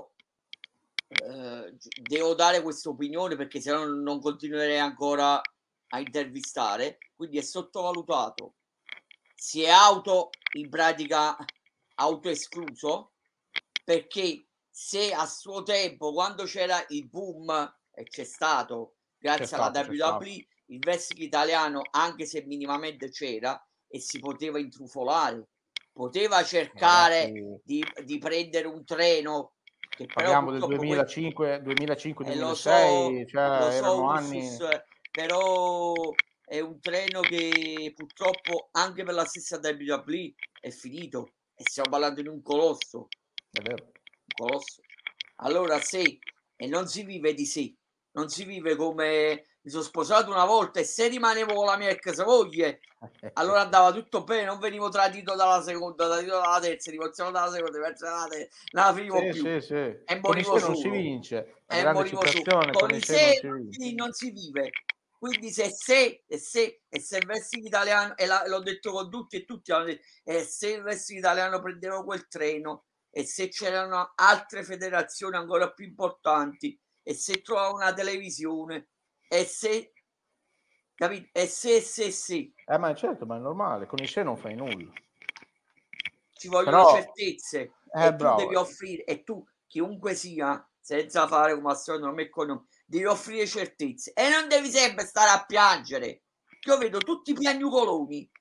A: devo dare questa opinione perché se no non continuerei ancora a intervistare, quindi è sottovalutato, si è in pratica autoescluso, perché se a suo tempo, quando c'era il boom, e c'è stato grazie alla
B: C'è stato.
A: WWE, il wrestling italiano, anche se minimamente c'era e si poteva intrufolare, poteva cercare
B: Ragazzi,
A: di prendere un treno che però
B: parliamo del
A: purtroppo
B: 2005-2006,
A: lo
B: cioè
A: so
B: erano
A: Ursus,
B: anni...
A: però è un treno che purtroppo anche per la stessa WWE è finito e stiamo parlando di un colosso.
B: È vero.
A: Un colosso. Allora se e non si vive di sé, non si vive come mi sono sposato una volta e se rimanevo con la mia ex moglie allora andava tutto bene, non venivo tradito dalla seconda, tradito dalla terza, divorziato dalla seconda, divorziato dalla terza, non la finivo
B: Sì,
A: più
B: sì, sì.
A: e
B: Con i
A: morivo
B: sé non si
A: solo.
B: vince, la
A: E
B: grande
A: morivo su.
B: citazione,
A: Con
B: con i
A: i
B: sé non
A: sé
B: si vince.
A: non si vive. Quindi se il wrestling italiano, e l'ho detto con tutti e tutti hanno detto, e se il wrestling italiano prendeva quel treno e se c'erano altre federazioni ancora più importanti e se trovava una televisione e se capito? E se
B: Ma certo, ma è normale, con i sé non fai nulla.
A: ci vogliono
B: Però,
A: certezze e tu devi
B: bravo,
A: offrire, e tu chiunque sia, senza fare come al solito nome e cognome, devi offrire certezze e non devi sempre stare a piangere. Io vedo tutti piagnucoloni,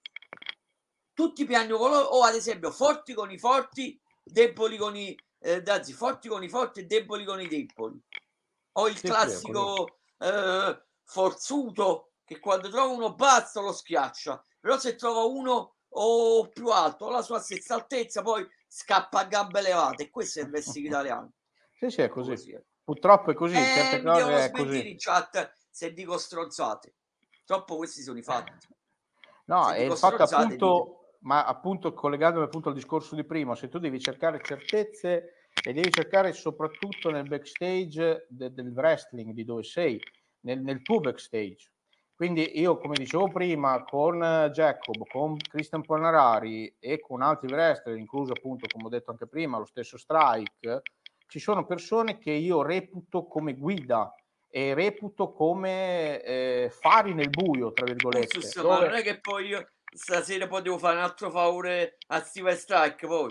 A: o ad esempio forti con i forti, deboli con i anzi forti con i forti e deboli con i deboli, o il
B: sì, sì, è così.
A: classico forzuto che quando trova uno basso lo schiaccia, però se trova uno o più alto la sua stessa altezza poi scappa a gambe levate, e questo è il wrestling italiano.
B: Sì, sì, è
A: Tutto
B: così.
A: così.
B: Purtroppo è così, certe
A: Mi devono
B: cose è
A: smentire
B: così.
A: in chat se dico stronzate, troppo questi sono i fatti.
B: No,
A: Se
B: e
A: dico
B: il fatto
A: stronzate, dite.
B: appunto, ma appunto collegandomi appunto al discorso di prima, se tu devi cercare certezze e devi cercare soprattutto nel backstage del wrestling, di dove sei, nel tuo backstage. Quindi io, come dicevo prima, con Jacob, con Christian Polnarari e con altri wrestler, incluso appunto, come ho detto anche prima, lo stesso Strike, ci sono persone che io reputo come guida e reputo come fari nel buio, tra virgolette,
A: Ursus, ma non
B: dove
A: è che poi io stasera poi devo fare un altro favore a Steven Strike, poi.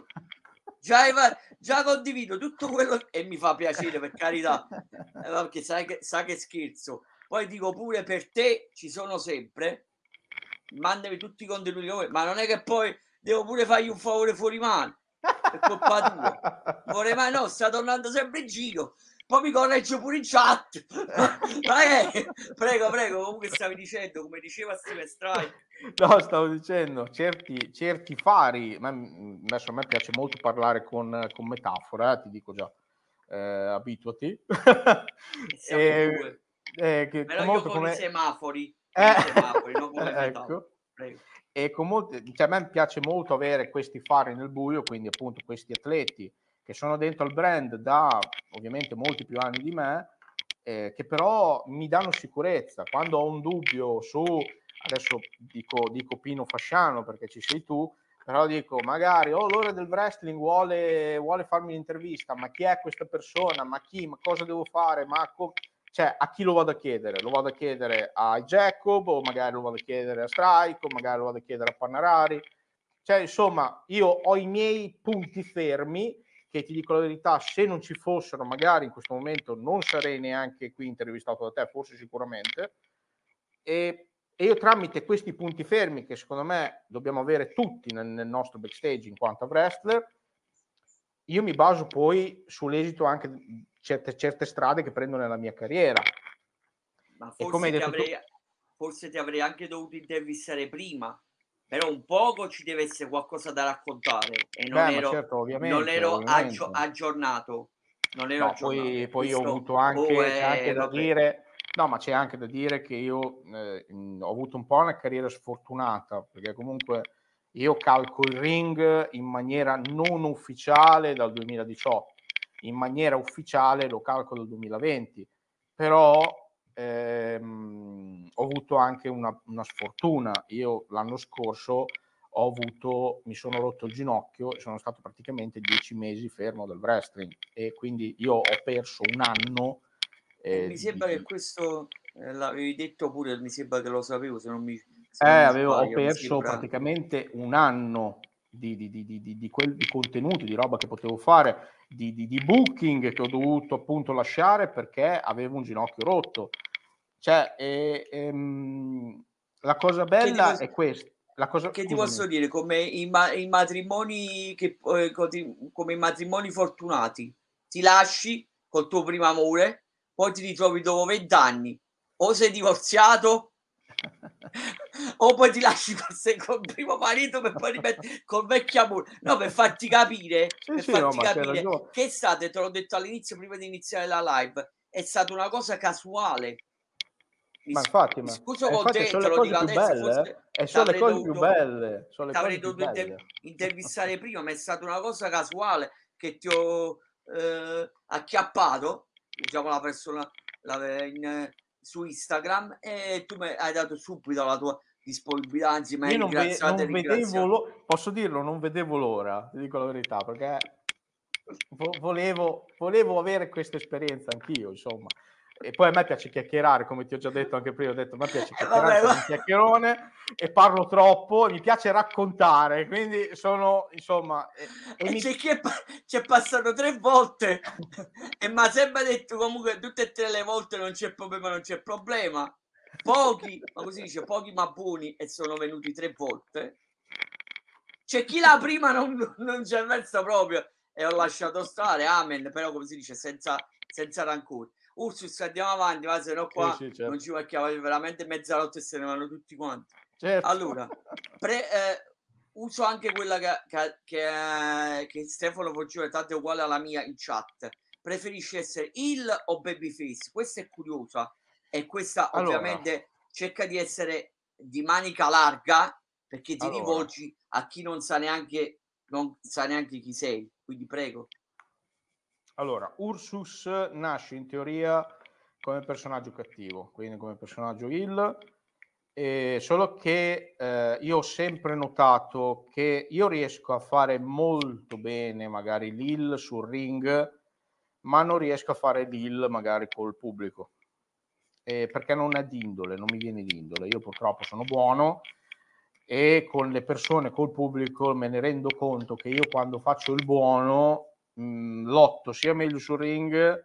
A: Già condivido tutto quello e mi fa piacere, per carità, perché sa che scherzo. Poi dico pure per te ci sono sempre, mandami tutti i contenuti, ma non è che poi devo pure fargli un favore fuori mano, è colpa tua. Vorrei mai no, sta tornando sempre in giro. Poi mi corregge pure in chat. Ma prego, prego, comunque stavi dicendo, come diceva Steven Strike.
B: No, stavo dicendo, certi fari, adesso a me piace molto parlare con metafora, ti dico già, abituati.
A: E siamo
B: E,
A: due.
B: che con
A: Meglio
B: molto
A: con i
B: come...
A: semafori,
B: Eh,
A: non con le metafore.
B: ecco.
A: Prego.
B: E con molti, cioè a me piace molto avere questi fari nel buio, quindi appunto questi atleti che sono dentro al brand da ovviamente molti più anni di me, che però mi danno sicurezza. Quando ho un dubbio su, adesso dico Pino Fasciano perché ci sei tu, però dico magari l'ora del wrestling vuole farmi un'intervista, ma chi è questa persona, ma cosa devo fare, cioè a chi lo vado a chiedere? Lo vado a chiedere a Jacob, o magari lo vado a chiedere a Strike, o magari lo vado a chiedere a Pannarari. Cioè insomma io ho i miei punti fermi che, ti dico la verità, se non ci fossero magari in questo momento non sarei neanche qui intervistato da te, forse sicuramente, e io tramite questi punti fermi che secondo me dobbiamo avere tutti nel nostro backstage in quanto a wrestler, io mi baso poi sull'esito anche di certe strade che prendo nella mia carriera.
A: Ma
B: E come hai detto tu,
A: forse ti avrei anche dovuto intervistare prima, però un poco ci deve essere qualcosa da raccontare e
B: beh, ma certo,
A: non
B: ovviamente,
A: ero
B: ovviamente.
A: aggiornato. Non ero
B: No,
A: aggiornato e
B: poi ho
A: questo,
B: avuto anche, c'è anche da
A: vabbè.
B: dire, no, ma c'è anche da dire che io ho avuto un po' una carriera sfortunata, perché comunque io calco il ring in maniera non ufficiale dal 2018, in maniera ufficiale lo calco dal 2020, però ho avuto anche una sfortuna. Io l'anno scorso mi sono rotto il ginocchio e sono stato praticamente 10 mesi fermo dal wrestling, e quindi io ho perso un anno.
A: E mi sembra che questo l'avevi detto pure, mi sembra che lo sapevo, se non mi
B: Ho
A: sbaglio, mi
B: perso
A: sembra.
B: praticamente un anno di contenuti, di roba che potevo fare, di booking che ho dovuto appunto lasciare perché avevo un ginocchio rotto. Cioè, la cosa
A: Che ti
B: bella
A: posso,
B: è questa. La cosa,
A: che ti
B: scusami.
A: posso dire, come i matrimoni come i matrimoni fortunati, ti lasci col tuo primo amore, poi ti ritrovi dopo 20 anni, o sei divorziato, o poi ti lasci col primo marito per poi ripetere col vecchio amore. No,
B: Sì,
A: per
B: sì, no,
A: farti
B: ma c'hai
A: capire
B: ragione.
A: che è stato, te l'ho detto all'inizio prima di iniziare la live, è stata una cosa casuale.
B: Ma infatti,
A: Mi scuso con
B: infatti
A: te,
B: sono
A: te
B: le
A: lo dico
B: cose più
A: adesso,
B: belle,
A: forse
B: e sono le cose più belle, sono le cose
A: t'avrei
B: più
A: dovuto
B: belle.
A: intervistare prima, ma è stata una cosa casuale che ti ho acchiappato, diciamo la persona su Instagram, e tu mi hai dato subito la tua disponibilità, anzi mi hai
B: Io
A: ringraziato e
B: non vedevo
A: ringraziato.
B: posso dirlo, non vedevo l'ora, ti dico la verità, perché volevo avere questa esperienza anch'io, insomma. E poi a me piace chiacchierare, come ti ho già detto anche prima, ho detto a me piace chiacchierare,
A: Vabbè,
B: sono un chiacchierone e parlo troppo, e mi piace raccontare, quindi sono, insomma, e
A: e
B: mi...
A: c'è passato 3 volte e m'ha sempre detto comunque tutte e 3 le volte non c'è problema, non c'è problema. Pochi, ma così dice, pochi ma buoni e sono venuti 3 volte. C'è chi la prima non ci ha messo proprio e ho lasciato stare, amen, però come si dice senza rancore. Ursus andiamo avanti, va, se no
B: Sì,
A: qua
B: sì,
A: non
B: certo.
A: ci becchiamo veramente mezzanotte e se ne vanno tutti quanti.
B: Certo.
A: Allora, uso anche quella che Stefano Foggione, tanto è uguale alla mia in chat. Preferisci essere heel o babyface? Questa è curiosa e questa
B: Allora,
A: ovviamente cerca di essere di manica larga, perché ti
B: Allora,
A: rivolgi a chi non sa neanche chi sei, quindi prego.
B: Ursus nasce in teoria come personaggio cattivo, quindi come personaggio heel, solo che io ho sempre notato che io riesco a fare molto bene magari l'heel sul ring, ma non riesco a fare l'heel magari col pubblico, perché non è d'indole, non mi viene d'indole. Io purtroppo sono buono e con le persone, col pubblico, me ne rendo conto che io quando faccio il buono lotto sia meglio sul ring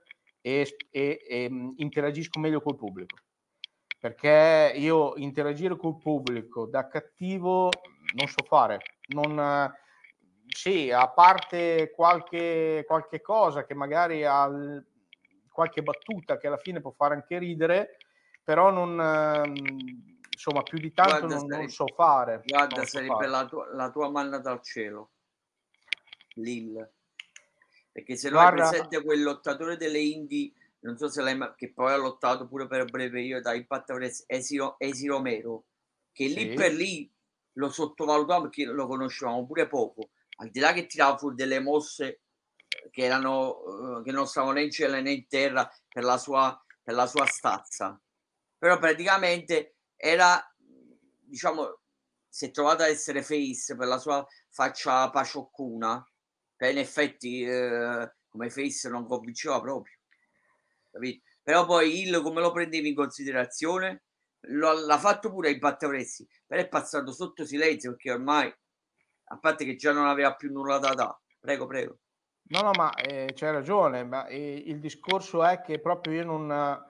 B: e interagisco meglio col pubblico, perché io interagire col pubblico da cattivo non so fare, non, sì, a parte qualche cosa che magari ha qualche battuta che alla fine può fare anche ridere, però non, insomma, più di tanto
A: Guarda,
B: non
A: sare
B: so fare,
A: guarda
B: non so
A: sarebbe
B: fare.
A: la tua manna dal cielo, Lil. Perché se no hai
B: Guarda,
A: presente quel lottatore delle indie, non so se l'hai che poi ha lottato pure per breve periodo da Impact Wrestling, Esi Romero, che lì
B: sì,
A: per lì lo sottovalutavamo perché lo conoscevamo pure poco, al di là che tirava fuori delle mosse che erano che non stavano né in cielo né in terra per la sua stazza. Però praticamente era, diciamo, si è trovato a essere face per la sua faccia pacioccuna, che in effetti, come face non convinceva proprio, capito? Però poi Hill come lo prendevi in considerazione? L'ha fatto pure in Impact Wrestling, però è passato sotto silenzio perché ormai, a parte che già non aveva più nulla da prego, prego.
B: no, no, ma c'hai ragione, ma il discorso è che proprio io non,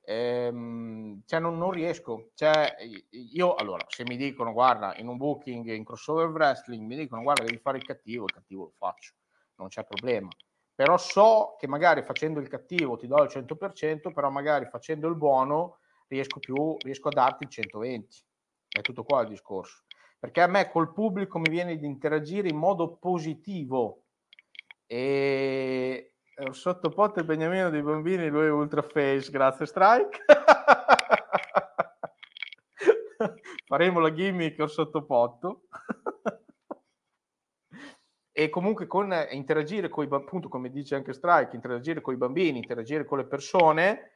B: cioè non riesco. Cioè, io allora, se mi dicono, guarda, in un booking, in crossover wrestling, mi dicono, guarda, devi fare il cattivo lo faccio, non c'è problema. Però so che magari facendo il cattivo ti do il 100%, però magari facendo il buono riesco a darti il 120. È tutto qua il discorso. Perché a me col pubblico mi viene di interagire in modo positivo e sottopoto il beniamino dei bambini, lui è ultra face, grazie Strike. Faremo la gimmick o sottopotto. E comunque con interagire con appunto, come dice anche Strike, interagire con i bambini, interagire con le persone,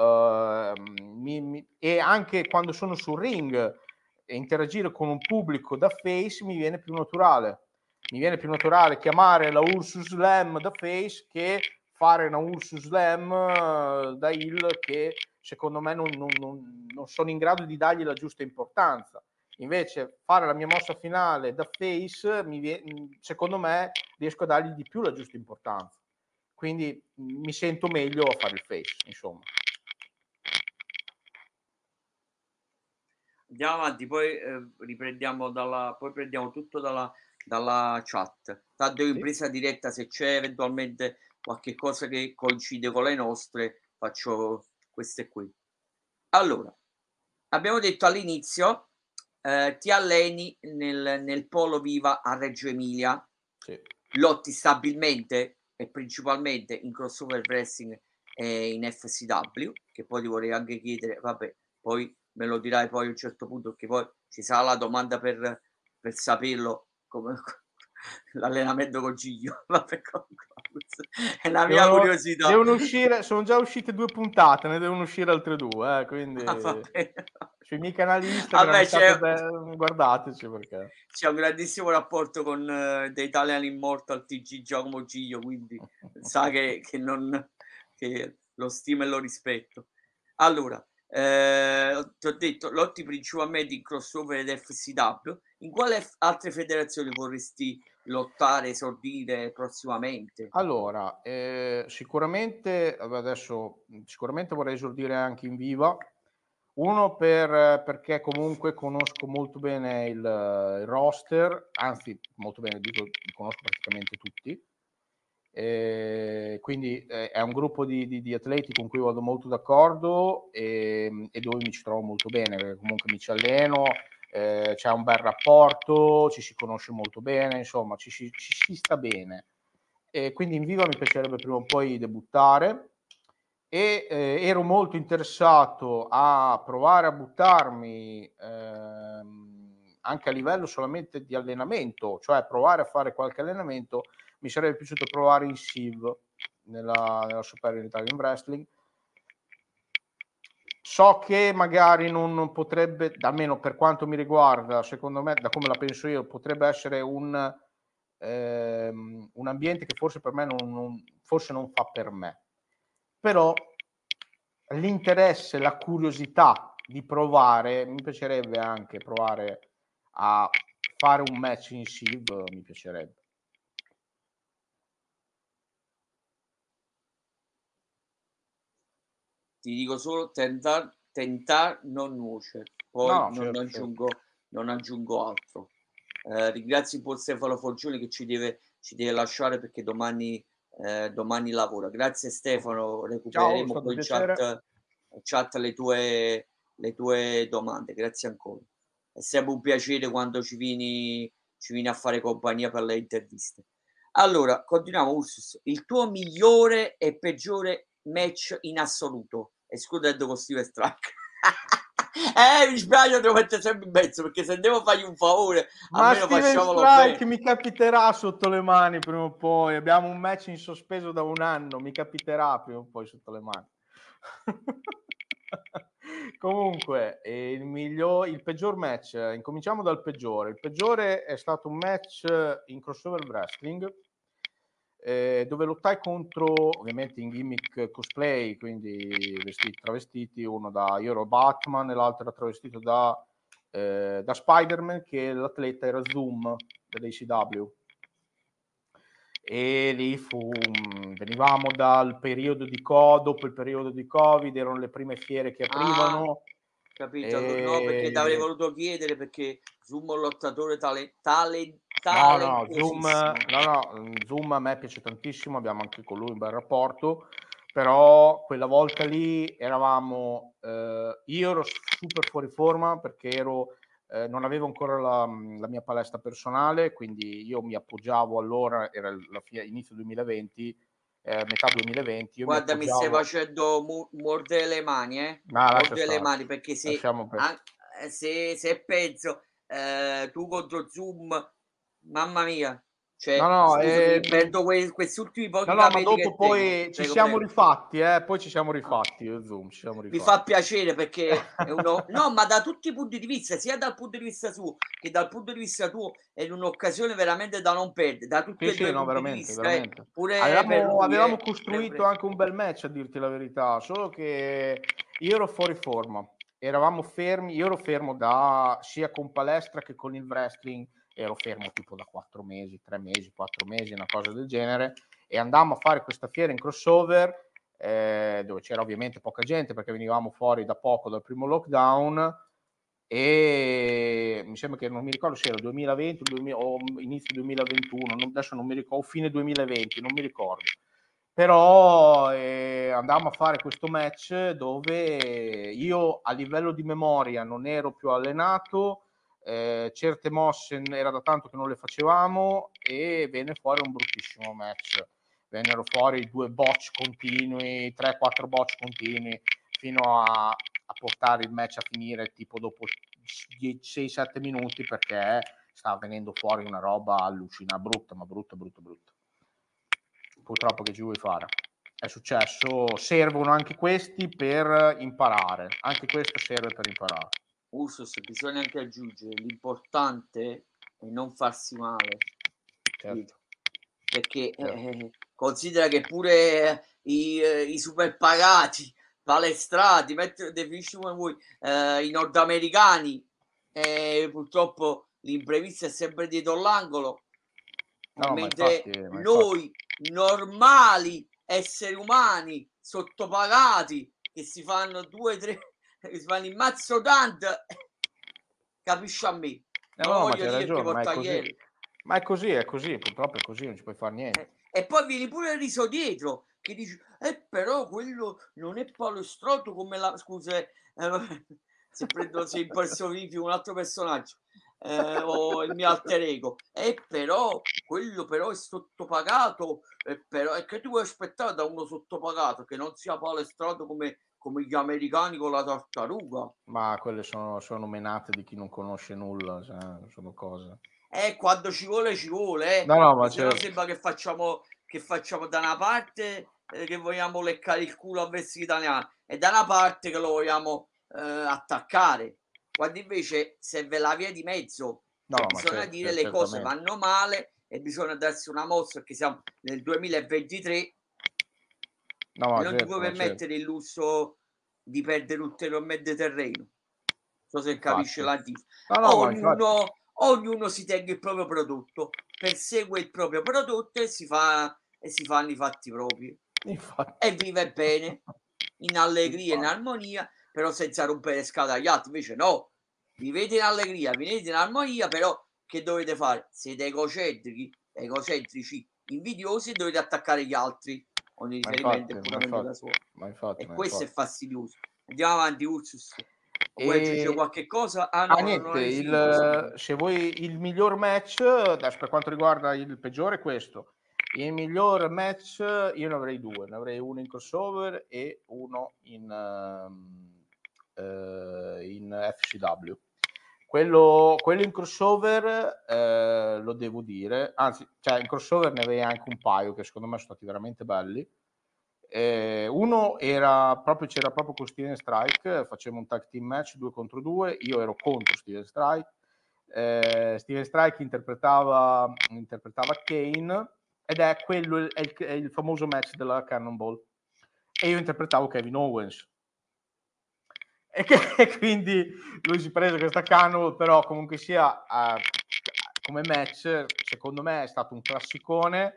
B: e anche quando sono sul ring, interagire con un pubblico da face mi viene più naturale. Mi viene più naturale chiamare la Ursus Slam da face che fare una Ursus Slam da heel, che secondo me non sono in grado di dargli la giusta importanza. Invece fare la mia mossa finale da face, secondo me, riesco a dargli di più la giusta importanza. Quindi mi sento meglio a fare il face, insomma.
A: Andiamo avanti, poi riprendiamo poi prendiamo tutto dalla chat. Tanto io in
B: Sì,
A: presa diretta, se c'è eventualmente qualche cosa che coincide con le nostre, faccio queste qui. Allora, abbiamo detto all'inizio, ti alleni nel Polo Viva a Reggio Emilia,
B: sì.
A: lotti stabilmente e principalmente in crossover wrestling e in FCW, che poi ti vorrei anche chiedere, vabbè, poi me lo dirai poi a un certo punto, perché poi ci sarà la domanda per saperlo come l'allenamento con Giglio. Vabbè, comunque, è la mia curiosità.
B: Devono uscire, sono già uscite 2 puntate, ne devono uscire altre 2, quindi
A: Ah, va bene.
B: sui miei canali Instagram
A: Vabbè,
B: state guardateci perché
A: c'è un grandissimo rapporto con The Italian Immortal TG Giacomo Giglio, quindi sa che non che lo stimo e lo rispetto. Allora, ti ho detto, lotti principalmente in crossover ed FCW. In quale altre federazioni vorresti lottare, esordire prossimamente?
B: Allora, sicuramente adesso sicuramente vorrei esordire anche in Viva. Uno perché comunque conosco molto bene il roster, anzi molto bene, dico, li conosco praticamente tutti. Quindi è un gruppo di atleti con cui vado molto d'accordo e dove mi ci trovo molto bene, perché comunque mi ci alleno, c'è un bel rapporto, ci si conosce molto bene, insomma ci si sta bene. E quindi in Viva mi piacerebbe prima o poi debuttare e ero molto interessato a provare a buttarmi anche a livello solamente di allenamento, cioè provare a fare qualche allenamento, mi sarebbe piaciuto provare in SIV nella Superior Italian Wrestling. So che magari non potrebbe, almeno per quanto mi riguarda, secondo me, da come la penso io, potrebbe essere un ambiente che forse per me forse non fa per me. Però l'interesse, la curiosità di provare, mi piacerebbe anche provare a fare un match in SIV, mi piacerebbe.
A: Ti dico solo tentar non nuoce, poi
B: No, certo.
A: non aggiungo altro. Ringrazio il buon Stefano Forgioni che ci deve lasciare perché domani lavora. Grazie Stefano,
B: Ciao, è
A: recupereremo
B: stato
A: poi
B: un
A: in
B: piacere.
A: chat le tue domande. Grazie ancora. È sempre un piacere quando ci vieni a fare compagnia per le interviste. Allora, continuiamo Ursus. Il tuo migliore e peggiore match in assoluto, escludendo con Steven Strike. Mi spiace, devo mettere sempre in mezzo perché se devo fargli un favore,
B: Ma
A: almeno
B: Steven
A: facciamolo
B: Strike
A: bene.
B: mi capiterà sotto le mani prima o poi. Abbiamo un match in sospeso da 1 anno, mi capiterà prima o poi sotto le mani. Comunque, il peggior match, incominciamo dal peggiore. Il peggiore è stato un match in crossover wrestling dove lottai contro, ovviamente in gimmick cosplay, quindi travestiti, uno da Hero Batman e l'altro era travestito da Spider-Man, che l'atleta era Zoom dell'ACW. E lì venivamo dal periodo dopo il periodo di Covid, erano le prime fiere che aprivano.
A: Capito? No, perché ti avrei voluto chiedere perché Zoom è un lottatore talentosissimo.
B: Zoom a me piace tantissimo, abbiamo anche con lui un bel rapporto, però quella volta lì eravamo, io ero super fuori forma perché non avevo ancora la mia palestra personale, quindi io mi appoggiavo allora, era inizio 2020, metà 2020, io mi
A: Guarda, mi stai
B: appoggiavo...
A: facendo mordere le mani,
B: lascia
A: mordere le
B: stare,
A: mani perché
B: lasciamo perdere.
A: se penso tu contro Zoom, mamma mia,
B: No,
A: cioè,
B: no,
A: scusami, perdo questi ultimi pochi
B: ma
A: capelli
B: dopo
A: che tengo.
B: poi ci
A: Prego,
B: siamo
A: prego.
B: rifatti, poi ci siamo
A: Ah.
B: rifatti, io e Zoom, ci siamo
A: Mi
B: rifatti.
A: fa piacere perché è uno no, ma da tutti i punti di vista, sia dal punto di vista suo che dal punto di vista tuo, è un'occasione veramente da non perdere, da tutti
B: Sì,
A: e
B: sì,
A: due i
B: no,
A: punti di
B: veramente,
A: vista,
B: veramente.
A: pure per lui,
B: Avevamo
A: prego,
B: costruito
A: prego.
B: anche un bel match, a dirti la verità, solo che io ero fuori forma, eravamo fermi, io ero fermo sia con palestra che con il wrestling, ero fermo tipo da 4 mesi, 3 mesi, 4 mesi, una cosa del genere, e andammo a fare questa fiera in crossover, dove c'era ovviamente poca gente perché venivamo fuori da poco dal primo lockdown, e mi sembra che non mi ricordo se era 2020 o inizio 2021, adesso non mi ricordo, o fine 2020, non mi ricordo. Però andammo a fare questo match dove io a livello di memoria non ero più allenato, certe mosse era da tanto che non le facevamo e venne fuori un bruttissimo match. Vennero fuori 2 botch continui, 3-4 botch continui, fino a portare il match a finire tipo dopo 6-7 minuti perché stava venendo fuori una roba allucinante, brutta, ma brutta. Purtroppo che ci vuoi fare? È successo, servono anche questi per imparare, anche questo serve per imparare.
A: Ursus, bisogna anche aggiungere, l'importante è non farsi male,
B: Certo.
A: perché
B: Certo.
A: considera che pure i super pagati, palestrati, definisci come vuoi, i nordamericani, purtroppo l'imprevisto è sempre dietro l'angolo,
B: No, ma
A: mentre
B: infatti.
A: noi normali esseri umani sottopagati che si fanno 2-3 che si fanno il mazzo tanto, capisci a me, non lo
B: No, ma
A: voglio
B: c'hai
A: dire che
B: ragione, ma è così.
A: portachieri.
B: Ma è così, purtroppo è così, non ci puoi fare niente.
A: E poi vieni pure riso dietro che dici però quello non è palestrato come la scusa se impersonifico un altro personaggio o il mio alter ego però quello però è sottopagato però è che tu vuoi aspettare da uno sottopagato che non sia palestrato come gli americani con la tartaruga.
B: Ma quelle sono menate di chi non conosce nulla, cioè, sono cose.
A: Quando ci vuole,
B: No, no, ma
A: che se no
B: certo.
A: sembra che facciamo da una parte che vogliamo leccare il culo a Vestiti Italiani e da una parte che lo vogliamo attaccare. Quando invece serve la via di mezzo,
B: No,
A: cioè
B: no, ma
A: bisogna dire le cose
B: certamente.
A: vanno male e bisogna darsi una mossa perché siamo nel 2023
B: No,
A: e
B: ma
A: non ti
B: certo,
A: puoi
B: ma certo.
A: permettere il lusso di perdere ulteriormente terreno. So se capisce
B: Infatti.
A: la diff.
B: No, no, ma infatti.
A: Ognuno si tenga il proprio prodotto, persegue il proprio prodotto e si fanno i fatti propri
B: Infatti.
A: e vive bene, in allegria, in
B: Infatti.
A: armonia, però senza rompere scatole agli altri. Invece no, vivete in allegria, vivete in armonia, però che dovete fare? Siete egocentrici, invidiosi e dovete attaccare gli altri. Ogni
B: Ma
A: riferimento
B: infatti,
A: è
B: ma
A: puramente
B: infatti,
A: casuale.
B: ma infatti,
A: E
B: ma
A: questo è
B: infatti.
A: fastidioso. Andiamo avanti, Ursus. Vuoi aggiungere
B: E
A: qualche cosa? Ah no, non
B: niente,
A: hai finito, scusa.
B: se vuoi il miglior match, adesso per quanto riguarda il peggiore è questo. Il miglior match io ne avrei due, ne avrei uno in crossover e uno in FCW. Quello in crossover lo devo dire, anzi, cioè in crossover ne avrei anche un paio che secondo me sono stati veramente belli. Uno c'era proprio con Steven Strike, facevamo un tag team match 2 contro 2, io ero contro Steven Strike. Steven Strike interpretava Kane ed è quello è il famoso match della Cannonball e io interpretavo Kevin Owens e quindi lui si prese questa Cannonball, però comunque sia come match secondo me è stato un classicone,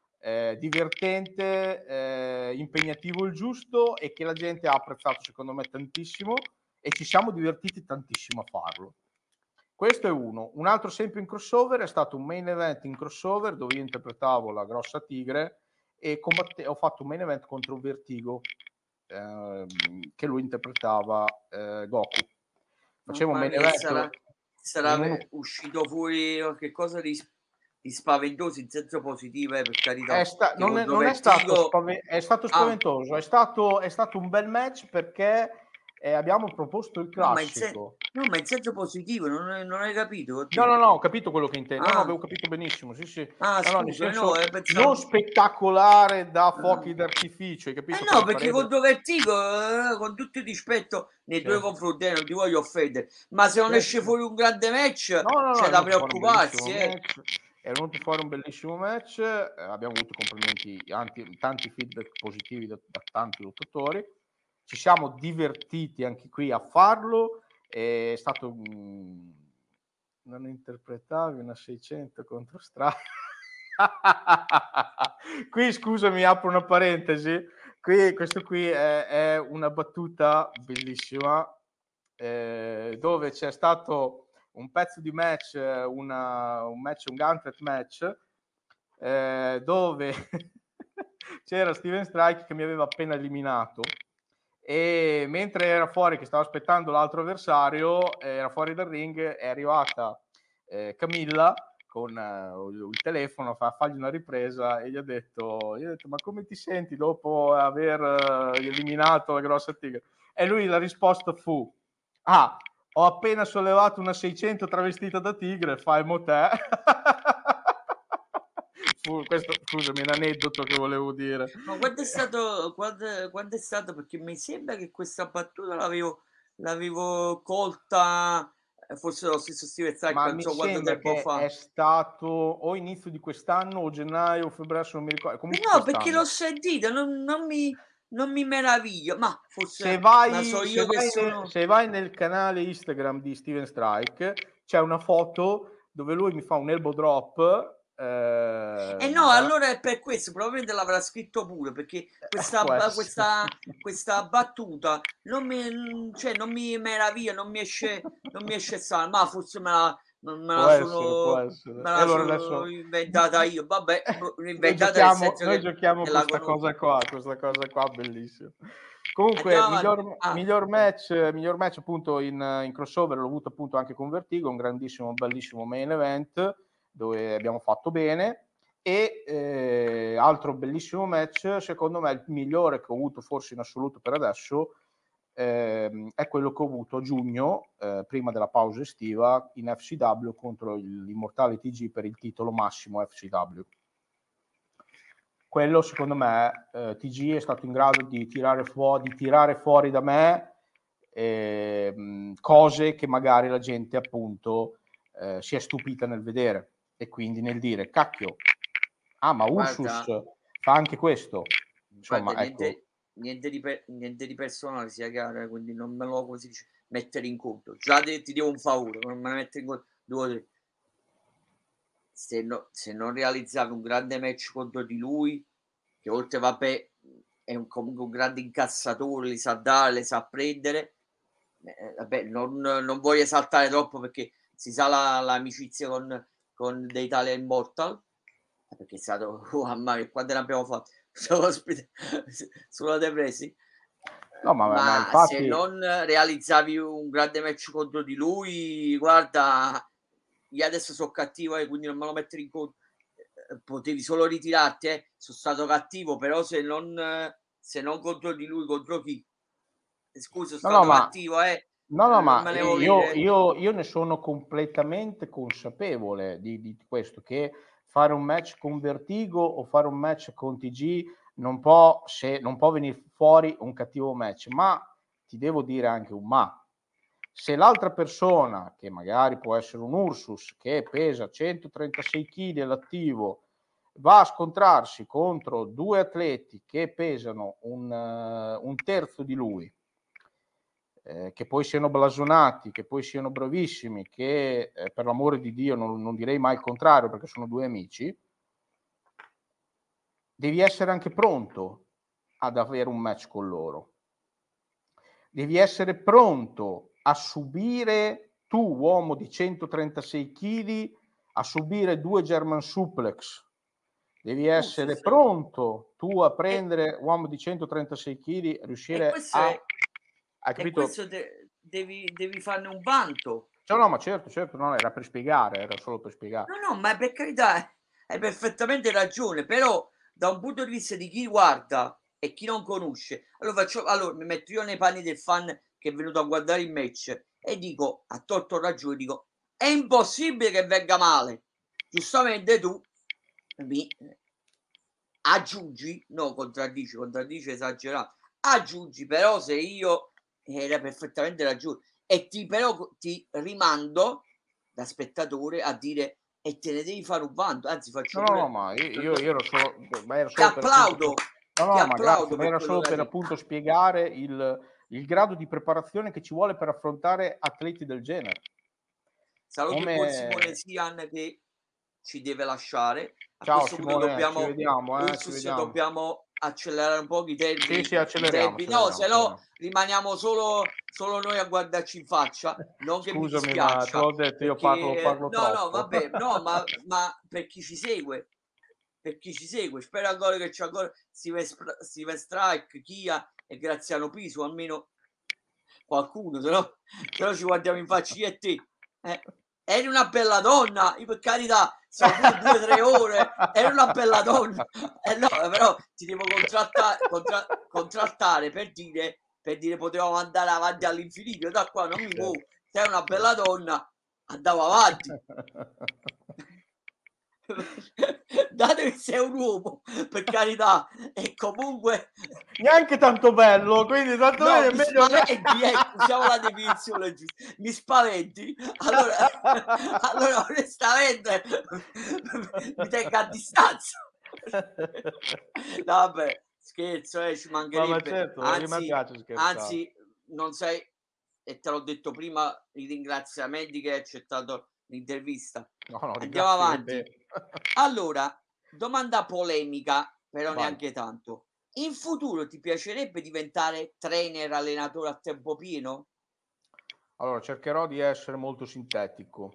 B: divertente, impegnativo il giusto e che la gente ha apprezzato secondo me tantissimo e ci siamo divertiti tantissimo a farlo. Questo è uno. Un altro esempio in crossover è stato un main event in crossover dove io interpretavo la grossa tigre e ho fatto un main event contro Vertigo che lui interpretava Goku. Facevo un
A: Mamma
B: main
A: mia,
B: event in uno
A: uscito fuori qualche cosa di spaventoso in senso positivo, per carità. Che contro
B: non è stato
A: Vertigo.
B: è stato
A: Ah,
B: spaventoso, è stato un bel match perché abbiamo proposto il
A: no,
B: classico.
A: no, ma in senso positivo, non hai capito
B: No,
A: te.
B: no, no, ho capito quello che intendi. No, no,
A: Ah,
B: avevo capito benissimo. Sì, sì. No, no, nel
A: scusa, no,
B: senso non
A: pensavo.
B: spettacolare da
A: Ah.
B: fuochi d'artificio, hai
A: Eh
B: capito?
A: no,
B: Per
A: perché
B: farebbe.
A: contro Vertigo, con tutto il rispetto nei
B: Sì,
A: due confronti, non ti voglio offendere, ma se non
B: sì,
A: esce
B: sì.
A: fuori un grande match,
B: No, no, no,
A: c'è
B: è
A: da
B: venuto fuori un bellissimo
A: preoccuparsi,
B: match. È venuto fuori un bellissimo match. Abbiamo avuto complimenti, tanti feedback positivi da tanti lottatori. Ci siamo divertiti anche qui a farlo. È stato non interpretavi una 600 contro Strike. Qui scusami, apro una parentesi. Questo qui è una battuta bellissima dove c'è stato un pezzo di match, un gauntlet match, dove c'era Steven Strike che mi aveva appena eliminato e mentre era fuori che stavo aspettando l'altro avversario, era fuori dal ring, è arrivata Camilla con il telefono a fargli una ripresa e gli ho detto ma come ti senti dopo aver eliminato la grossa tigre? E lui la risposta fu ho appena sollevato una 600 travestita da tigre, fai mo te. Questo, scusami, è un aneddoto che volevo dire.
A: ma quando è stato, quando è stato, perché mi sembra che questa battuta l'avevo colta, forse lo stesso Steve Strike,
B: Ma
A: non
B: mi
A: so quanto
B: sembra
A: tempo
B: che è
A: fa.
B: stato o inizio di quest'anno o gennaio o febbraio, se non mi ricordo, comunque
A: No, perché l'ho
B: quest'anno.
A: sentita, non mi meraviglio, ma forse, ma so io che sono.
B: Se vai nel canale Instagram di Steven Strike, c'è una foto dove lui mi fa un elbow drop.
A: Eh no, allora è per questo, probabilmente l'avrà scritto pure, perché
B: Può essere.
A: questa battuta cioè, non mi meraviglia, non mi esce sana, ma forse
B: Può essere, può
A: me
B: essere. E
A: la
B: allora
A: sono
B: adesso
A: inventata io, vabbè, inventata nel senso
B: noi
A: che
B: giochiamo
A: la conosco.
B: questa cosa qua bellissima. Comunque,
A: Andiamo avanti. Ah,
B: miglior match appunto in crossover l'ho avuto appunto anche con Vertigo, un grandissimo, bellissimo main event dove abbiamo fatto bene e altro bellissimo match, secondo me il migliore che ho avuto forse in assoluto per adesso è quello che ho avuto a giugno, prima della pausa estiva, in FCW contro l'immortale TG per il titolo massimo FCW. Quello, secondo me, TG è stato in grado di tirare fuori da me cose che magari la gente, appunto, si è stupita nel vedere, e quindi nel dire, cacchio, ma Ursus fa anche questo. Insomma,
A: guarda,
B: ecco.
A: niente di personale, sia chiaro, quindi non me lo, come si dice, mettere in conto. Già ti devo un favore, non me ne mettere in conto. Se non realizzavi un grande match contro di lui, che oltre, vabbè, è comunque un grande incassatore, li sa dare, le sa prendere, vabbè, non voglio esaltare troppo, perché si sa l'amicizia con The Italian Immortal, perché è stato mamma mia, quando ne abbiamo fatto ospite sulla Depresi.
B: No, ma
A: Ma
B: infatti,
A: se non realizzavi un grande match contro di lui, guarda, io adesso sono cattivo, quindi non me lo mettere in conto. Potevi solo ritirarti, sono stato cattivo, però se non contro di lui, contro chi? Scusa, sono stato cattivo,
B: No,
A: non
B: ma
A: me ne vuol dire.
B: io ne sono completamente consapevole di questo, che fare un match con Vertigo o fare un match con TG non può venire fuori un cattivo match, ma ti devo dire anche un ma. Se l'altra persona, che magari può essere un Ursus, che pesa 136 kg all'attivo, va a scontrarsi contro due atleti che pesano un terzo di lui, che poi siano blasonati, che poi siano bravissimi, che per l'amore di Dio non direi mai il contrario, perché sono due amici, devi essere anche pronto ad avere un match con loro. Devi essere pronto a subire, tu uomo di 136 kg, a subire 2 German suplex. Devi essere pronto tu a prendere, uomo di 136 kg, riuscire a... Hai capito?
A: E questo devi farne un vanto.
B: No, ma certo, no, era per spiegare, era solo per spiegare.
A: No, ma per carità, hai perfettamente ragione, però da un punto di vista di chi guarda e chi non conosce, allora mi metto io nei panni del fan che è venuto a guardare il match e dico, a torto ragione, dico, è impossibile che venga male. Giustamente tu mi aggiungi, no, contraddici esagerato, aggiungi, però se io era perfettamente ragione, e però ti rimando da spettatore a dire, e te ne devi fare un vanto, anzi faccio pure,
B: No, ma io ero solo,
A: ti applaudo,
B: ma grazie, ma
A: per
B: era
A: quello
B: solo
A: che hai
B: per
A: detto.
B: appunto spiegare il grado di preparazione che ci vuole per affrontare atleti del genere.
A: Saluto il buon Simone Sian che ci deve lasciare. A
B: Ciao
A: questo punto
B: Simone, ci vediamo,
A: Ursus, dobbiamo accelerare un po' i tempi.
B: Sì, acceleriamo.
A: No, se no rimaniamo solo noi a guardarci in faccia. Non che mi
B: Scusami, ma te
A: dispiaccia,
B: l'ho detto, io
A: perché
B: parlo
A: no,
B: troppo.
A: vabbè, no, ma per chi ci segue, spero ancora che c'è ancora Steven Strike, Kia e Graziano Piso, almeno qualcuno, se no ci guardiamo in faccia io e te. Eri una bella donna, io per carità, siamo pure 2 o 3 ore, eri una bella donna. No, però ti devo contrattare per dire potevamo andare avanti all'infinito, da qua non mi muovo. Sei una bella donna, andavo avanti. Dato che sei un uomo, per carità, e comunque
B: neanche tanto bello, quindi tanto
A: no,
B: bene,
A: mi
B: meglio
A: spaventi, usiamo la definizione giusta, mi spaventi, allora onestamente mi tengo a distanza. No, vabbè, scherzo, ci
B: ma
A: mancherebbe,
B: certo, a me piace scherzare.
A: anzi, non sai, e te l'ho detto prima, i ringraziamenti che hai accettato l'intervista.
B: No,
A: Andiamo
B: ringrazio io
A: avanti.
B: te.
A: Allora, domanda polemica, però
B: Vai.
A: neanche tanto. In futuro ti piacerebbe diventare trainer, allenatore a tempo pieno?
B: Allora, cercherò di essere molto sintetico.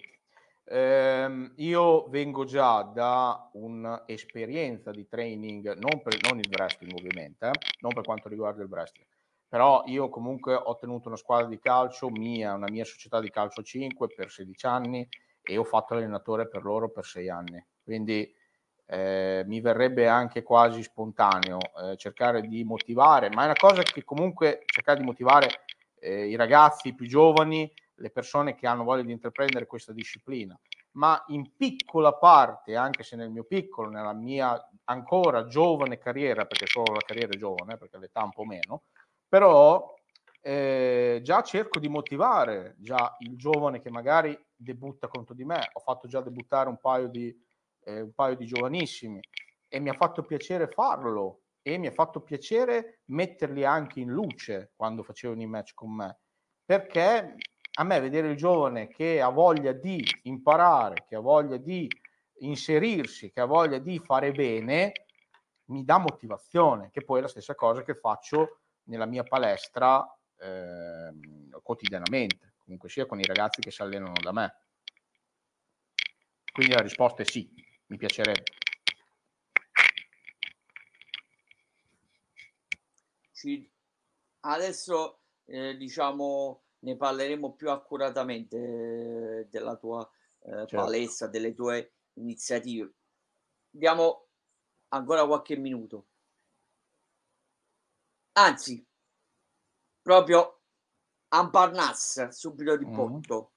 B: Io vengo già da un'esperienza di training, non il wrestling ovviamente, non per quanto riguarda il wrestling, però io comunque ho tenuto una squadra di calcio una mia società di calcio 5 per 16 anni e ho fatto allenatore per loro per 6 anni. Quindi mi verrebbe anche quasi spontaneo cercare di motivare, ma è una cosa che comunque cercare di motivare i ragazzi più giovani, le persone che hanno voglia di intraprendere questa disciplina, ma in piccola parte, anche se nel mio piccolo, nella mia ancora giovane carriera, perché solo la carriera è giovane, perché l'età un po' meno, però già cerco di motivare già il giovane che magari debutta contro di me. Ho fatto già debuttare un paio di giovanissimi e mi ha fatto piacere farlo, e mi ha fatto piacere metterli anche in luce quando facevano i match con me, perché a me vedere il giovane che ha voglia di imparare, che ha voglia di inserirsi, che ha voglia di fare bene, mi dà motivazione, che poi è la stessa cosa che faccio nella mia palestra quotidianamente, comunque sia con i ragazzi che si allenano da me. Quindi la risposta è sì, mi piacerebbe.
A: Adesso diciamo ne parleremo più accuratamente della tua
B: Certo.
A: palestra, delle tue iniziative. Diamo ancora qualche minuto. Anzi, proprio Amparnasse, subito di botto.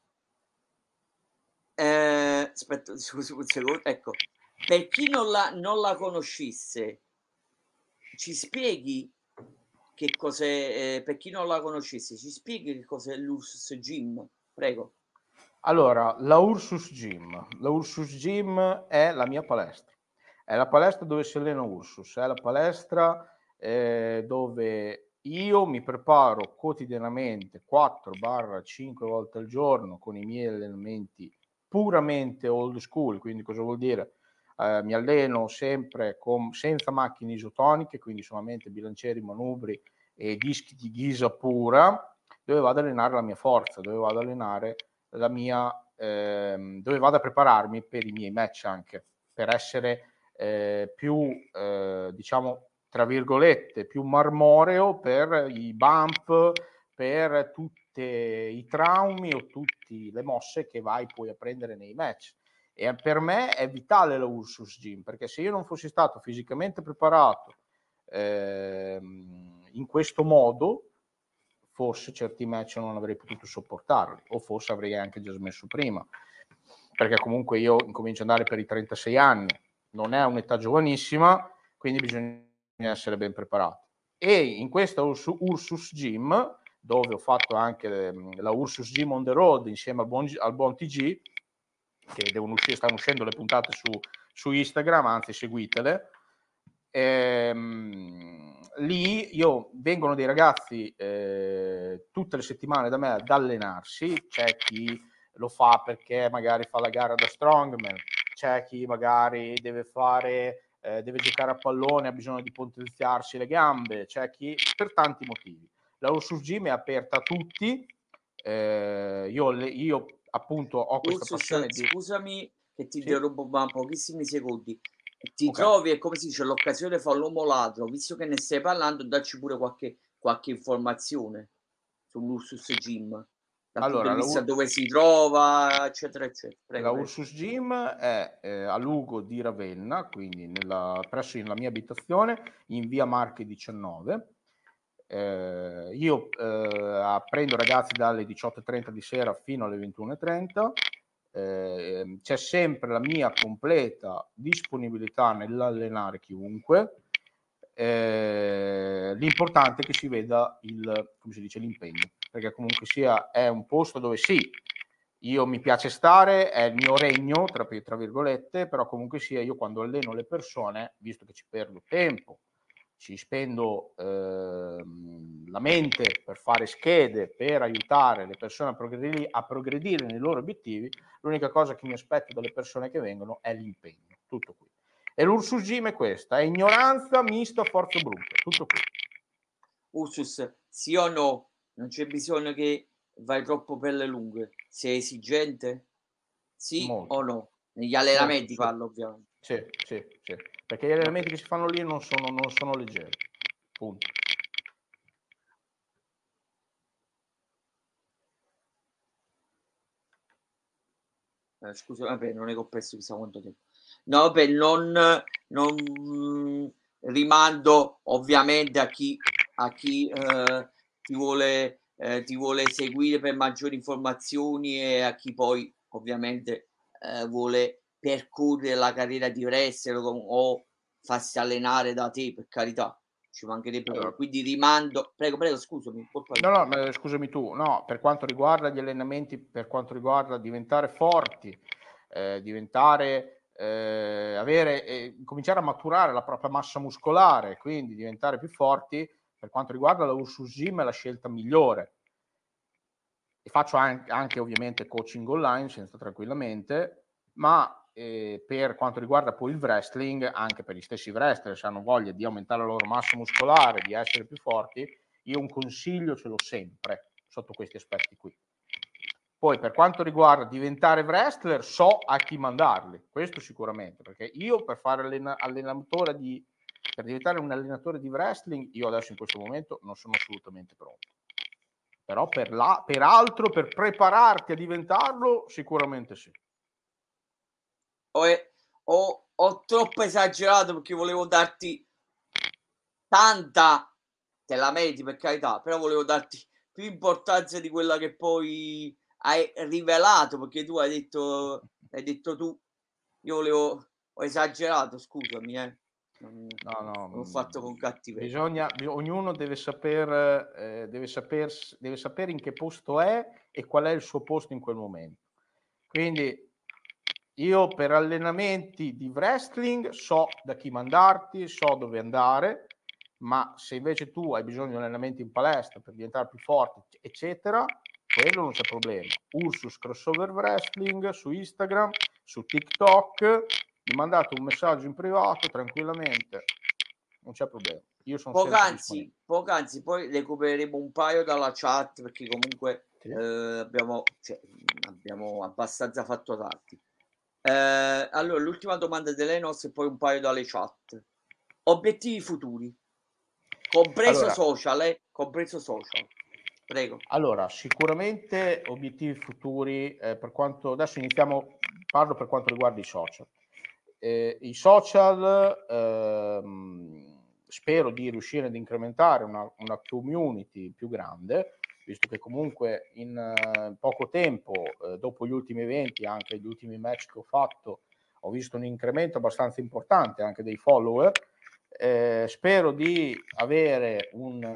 A: Aspetta, scusi un secondo. Ecco, per chi non la conoscesse, ci spieghi che cos'è, per chi non la conoscesse, ci spieghi che cos'è l'Ursus Gym? Prego.
B: Allora, la Ursus Gym è la mia palestra. È la palestra dove si allena Ursus, è la palestra dove io mi preparo quotidianamente 4-5 volte al giorno con i miei allenamenti puramente old school. Quindi cosa vuol dire? Mi alleno sempre senza macchine isotoniche, quindi solamente bilancieri, manubri e dischi di ghisa pura, dove vado ad allenare la mia forza, dove vado ad allenare la mia, dove vado a prepararmi per i miei match, anche per essere più, diciamo, tra virgolette, più marmoreo per i bump, per tutti i traumi o tutte le mosse che vai poi a prendere nei match. E per me è vitale la Ursus Gym, perché se io non fossi stato fisicamente preparato in questo modo, forse certi match non avrei potuto sopportarli, o forse avrei anche già smesso prima, perché comunque io incomincio ad andare per i 36 anni, non è un'età giovanissima, quindi bisogna essere ben preparati. E in questa Ursus Gym, dove ho fatto anche la Ursus Gym on the road insieme al buon TG, che stanno uscendo le puntate su Instagram, anzi seguitele. Lì vengono dei ragazzi tutte le settimane da me ad allenarsi. C'è chi lo fa perché magari fa la gara da strongman, c'è chi magari deve giocare a pallone, ha bisogno di potenziarsi le gambe, c'è chi per tanti motivi. La Ursus Gym è aperta a tutti. Io appunto ho questa passione di...
A: Scusami che ti
B: Sì?
A: interrompo ma pochissimi secondi. Ti
B: Ok.
A: trovi, e come si dice, l'occasione fa l'uomo ladro, visto che ne stai parlando, dacci pure qualche informazione sull'Ursus Gym, dal punto
B: Allora,
A: di vista dove si trova, eccetera, eccetera.
B: la
A: Prego, prego.
B: Ursus Gym è a Lugo di Ravenna, quindi presso la mia abitazione, in via Marche 19. Io prendo ragazzi dalle 18:30 di sera fino alle 21:30. C'è sempre la mia completa disponibilità nell'allenare chiunque. L'importante è che si veda l'impegno, perché comunque sia è un posto dove sì, io mi piace stare, è il mio regno, tra virgolette, però comunque sia io quando alleno le persone, visto che ci perdo tempo, ci spendo la mente per fare schede, per aiutare le persone a progredire nei loro obiettivi, l'unica cosa che mi aspetto dalle persone che vengono è l'impegno, tutto qui. E l'Ursus Gym è questa, è ignoranza mista forze brute, tutto qui.
A: Ursus, sì o no? Non c'è bisogno che vai troppo per le lunghe. Sei esigente? Sì
B: Molto.
A: o no? Negli allenamenti
B: Molto, sì.
A: parlo, ovviamente.
B: Sì, perché gli allenamenti che si fanno lì non sono leggeri, punto.
A: Scusa, vabbè, non è che ho perso chissà quanto tempo. No, vabbè, non rimando ovviamente a chi ti vuole ti vuole seguire per maggiori informazioni e a chi poi ovviamente vuole percorrere la carriera di wrestler o farsi allenare da te, per carità, ci mancherebbe
B: Allora,
A: quello. Quindi rimando, prego, prego, scusami, colpa
B: no,
A: mia.
B: no, ma scusami tu, no, per quanto riguarda gli allenamenti, per quanto riguarda diventare forti, diventare, avere, cominciare a maturare la propria massa muscolare, quindi diventare più forti, per quanto riguarda la Ursus Gym è la scelta migliore. E faccio anche ovviamente coaching online senza tranquillamente, ma per quanto riguarda poi il wrestling, anche per gli stessi wrestler, se hanno voglia di aumentare la loro massa muscolare, di essere più forti, io un consiglio ce l'ho sempre sotto questi aspetti qui. Poi per quanto riguarda diventare wrestler, so a chi mandarli, questo sicuramente, perché io per fare per diventare un allenatore di wrestling, io adesso in questo momento non sono assolutamente pronto. Però per altro, per prepararti a diventarlo, sicuramente sì.
A: Ho troppo esagerato perché volevo darti tanta, te la meriti per carità, però volevo darti più importanza di quella che poi hai rivelato, perché tu hai detto tu, io ho esagerato, scusami, non,
B: No, no,
A: non l'ho fatto con cattiveria.
B: ognuno deve sapere in che posto è e qual è il suo posto in quel momento. Quindi io per allenamenti di wrestling so da chi mandarti, so dove andare, ma se invece tu hai bisogno di allenamenti in palestra per diventare più forte, eccetera, quello non c'è problema. Ursus Crossover Wrestling su Instagram, su TikTok, mi mandate un messaggio in privato tranquillamente, non c'è problema. Io sono sempre disponibile.
A: Poc'anzi poi recupereremo un paio dalla chat perché comunque
B: Sì.
A: abbiamo abbastanza fatto tardi. Allora, l'ultima domanda delle nostre e poi un paio dalle chat. Obiettivi futuri, compreso
B: Allora,
A: social, compreso social. Prego.
B: Allora, sicuramente obiettivi futuri, per quanto adesso parlo per quanto riguarda i social. I social, spero di riuscire ad incrementare una community più grande, visto che comunque in poco tempo, dopo gli ultimi eventi, anche gli ultimi match che ho fatto, ho visto un incremento abbastanza importante anche dei follower. Spero di avere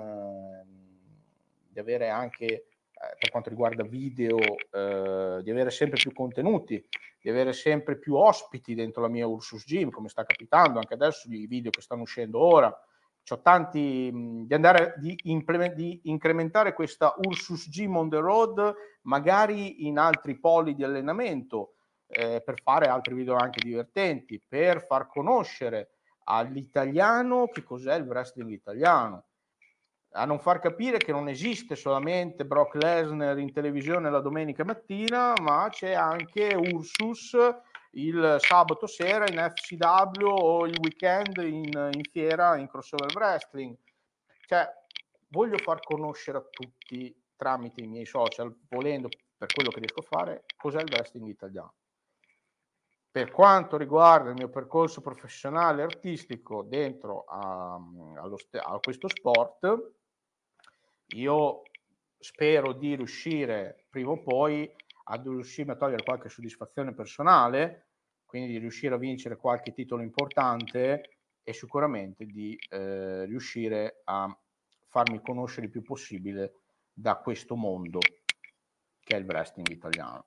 B: anche per quanto riguarda video, di avere sempre più contenuti, di avere sempre più ospiti dentro la mia Ursus Gym, come sta capitando anche adesso, i video che stanno uscendo ora. C'ho tanti di incrementare questa Ursus Gym on the road, magari in altri poli di allenamento, per fare altri video anche divertenti, per far conoscere all'italiano che cos'è il wrestling italiano, a non far capire che non esiste solamente Brock Lesnar in televisione la domenica mattina, ma c'è anche Ursus il sabato sera in FCW o il weekend in fiera in crossover wrestling. Cioè, voglio far conoscere a tutti tramite i miei social, volendo, per quello che riesco a fare, cos'è il wrestling italiano. Per quanto riguarda il mio percorso professionale e artistico dentro a questo sport, io spero di riuscire prima o poi a riuscirmi a togliere qualche soddisfazione personale, quindi di riuscire a vincere qualche titolo importante e sicuramente di riuscire a farmi conoscere il più possibile da questo mondo che è il wrestling italiano.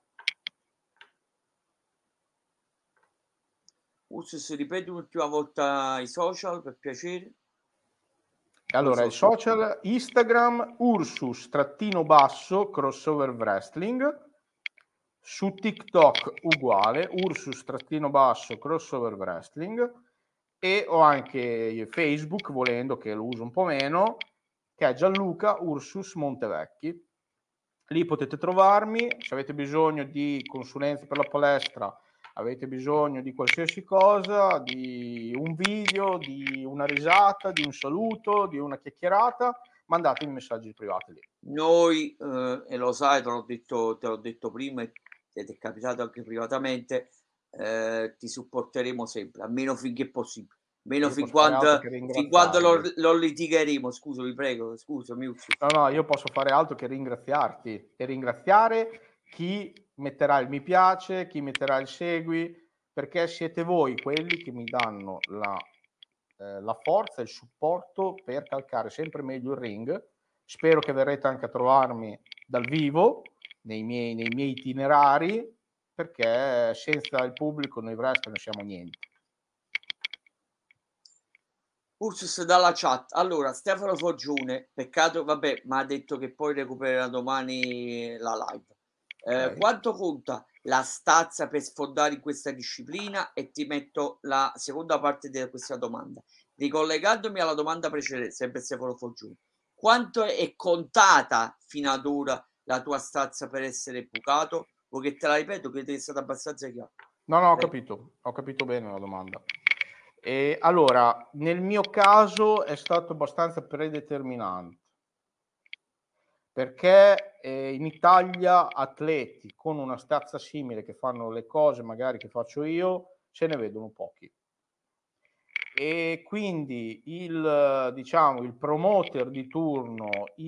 A: Ursus, ripeti un'ultima volta i social, per piacere.
B: Allora, il social Instagram Ursus_crossover wrestling, su TikTok uguale Ursus_crossover wrestling, e ho anche Facebook, volendo, che lo uso un po' meno, che è Gianluca Ursus Montevecchi. Lì potete trovarmi, se avete bisogno di consulenze per la palestra, avete bisogno di qualsiasi cosa, di un video, di una risata, di un saluto, di una chiacchierata, mandatemi messaggi privati lì.
A: Noi, e lo sai, te l'ho detto prima e ti è capitato anche privatamente, ti supporteremo sempre, almeno finché è possibile. Meno
B: io posso fare altro che
A: fin quando
B: ringraziarvi.
A: lo litigheremo. Scusa, vi prego, scusa Miuccio.
B: No, no, io posso fare altro che ringraziarti e ringraziare chi metterà il mi piace, chi metterà il segui, perché siete voi quelli che mi danno la forza e il supporto per calcare sempre meglio il ring. Spero che verrete anche a trovarmi dal vivo nei miei itinerari, perché senza il pubblico noi wrestler non siamo niente.
A: Ursus dalla chat. Allora, Stefano Foggione, peccato, vabbè, ma ha detto che poi recupererà domani la live.
B: Okay.
A: Quanto conta la stazza per sfondare in questa disciplina? E ti metto la seconda parte di questa domanda. Ricollegandomi alla domanda precedente, sempre Stefano Foggione, quanto è contata fino ad ora la tua stazza per essere bucato? O che te la ripeto, credo che è stata abbastanza chiara.
B: No, no, ho capito bene la domanda. Allora, nel mio caso è stato abbastanza predeterminante, perché in Italia atleti con una stazza simile che fanno le cose magari che faccio io, se ne vedono pochi. E quindi diciamo, il promoter di turno,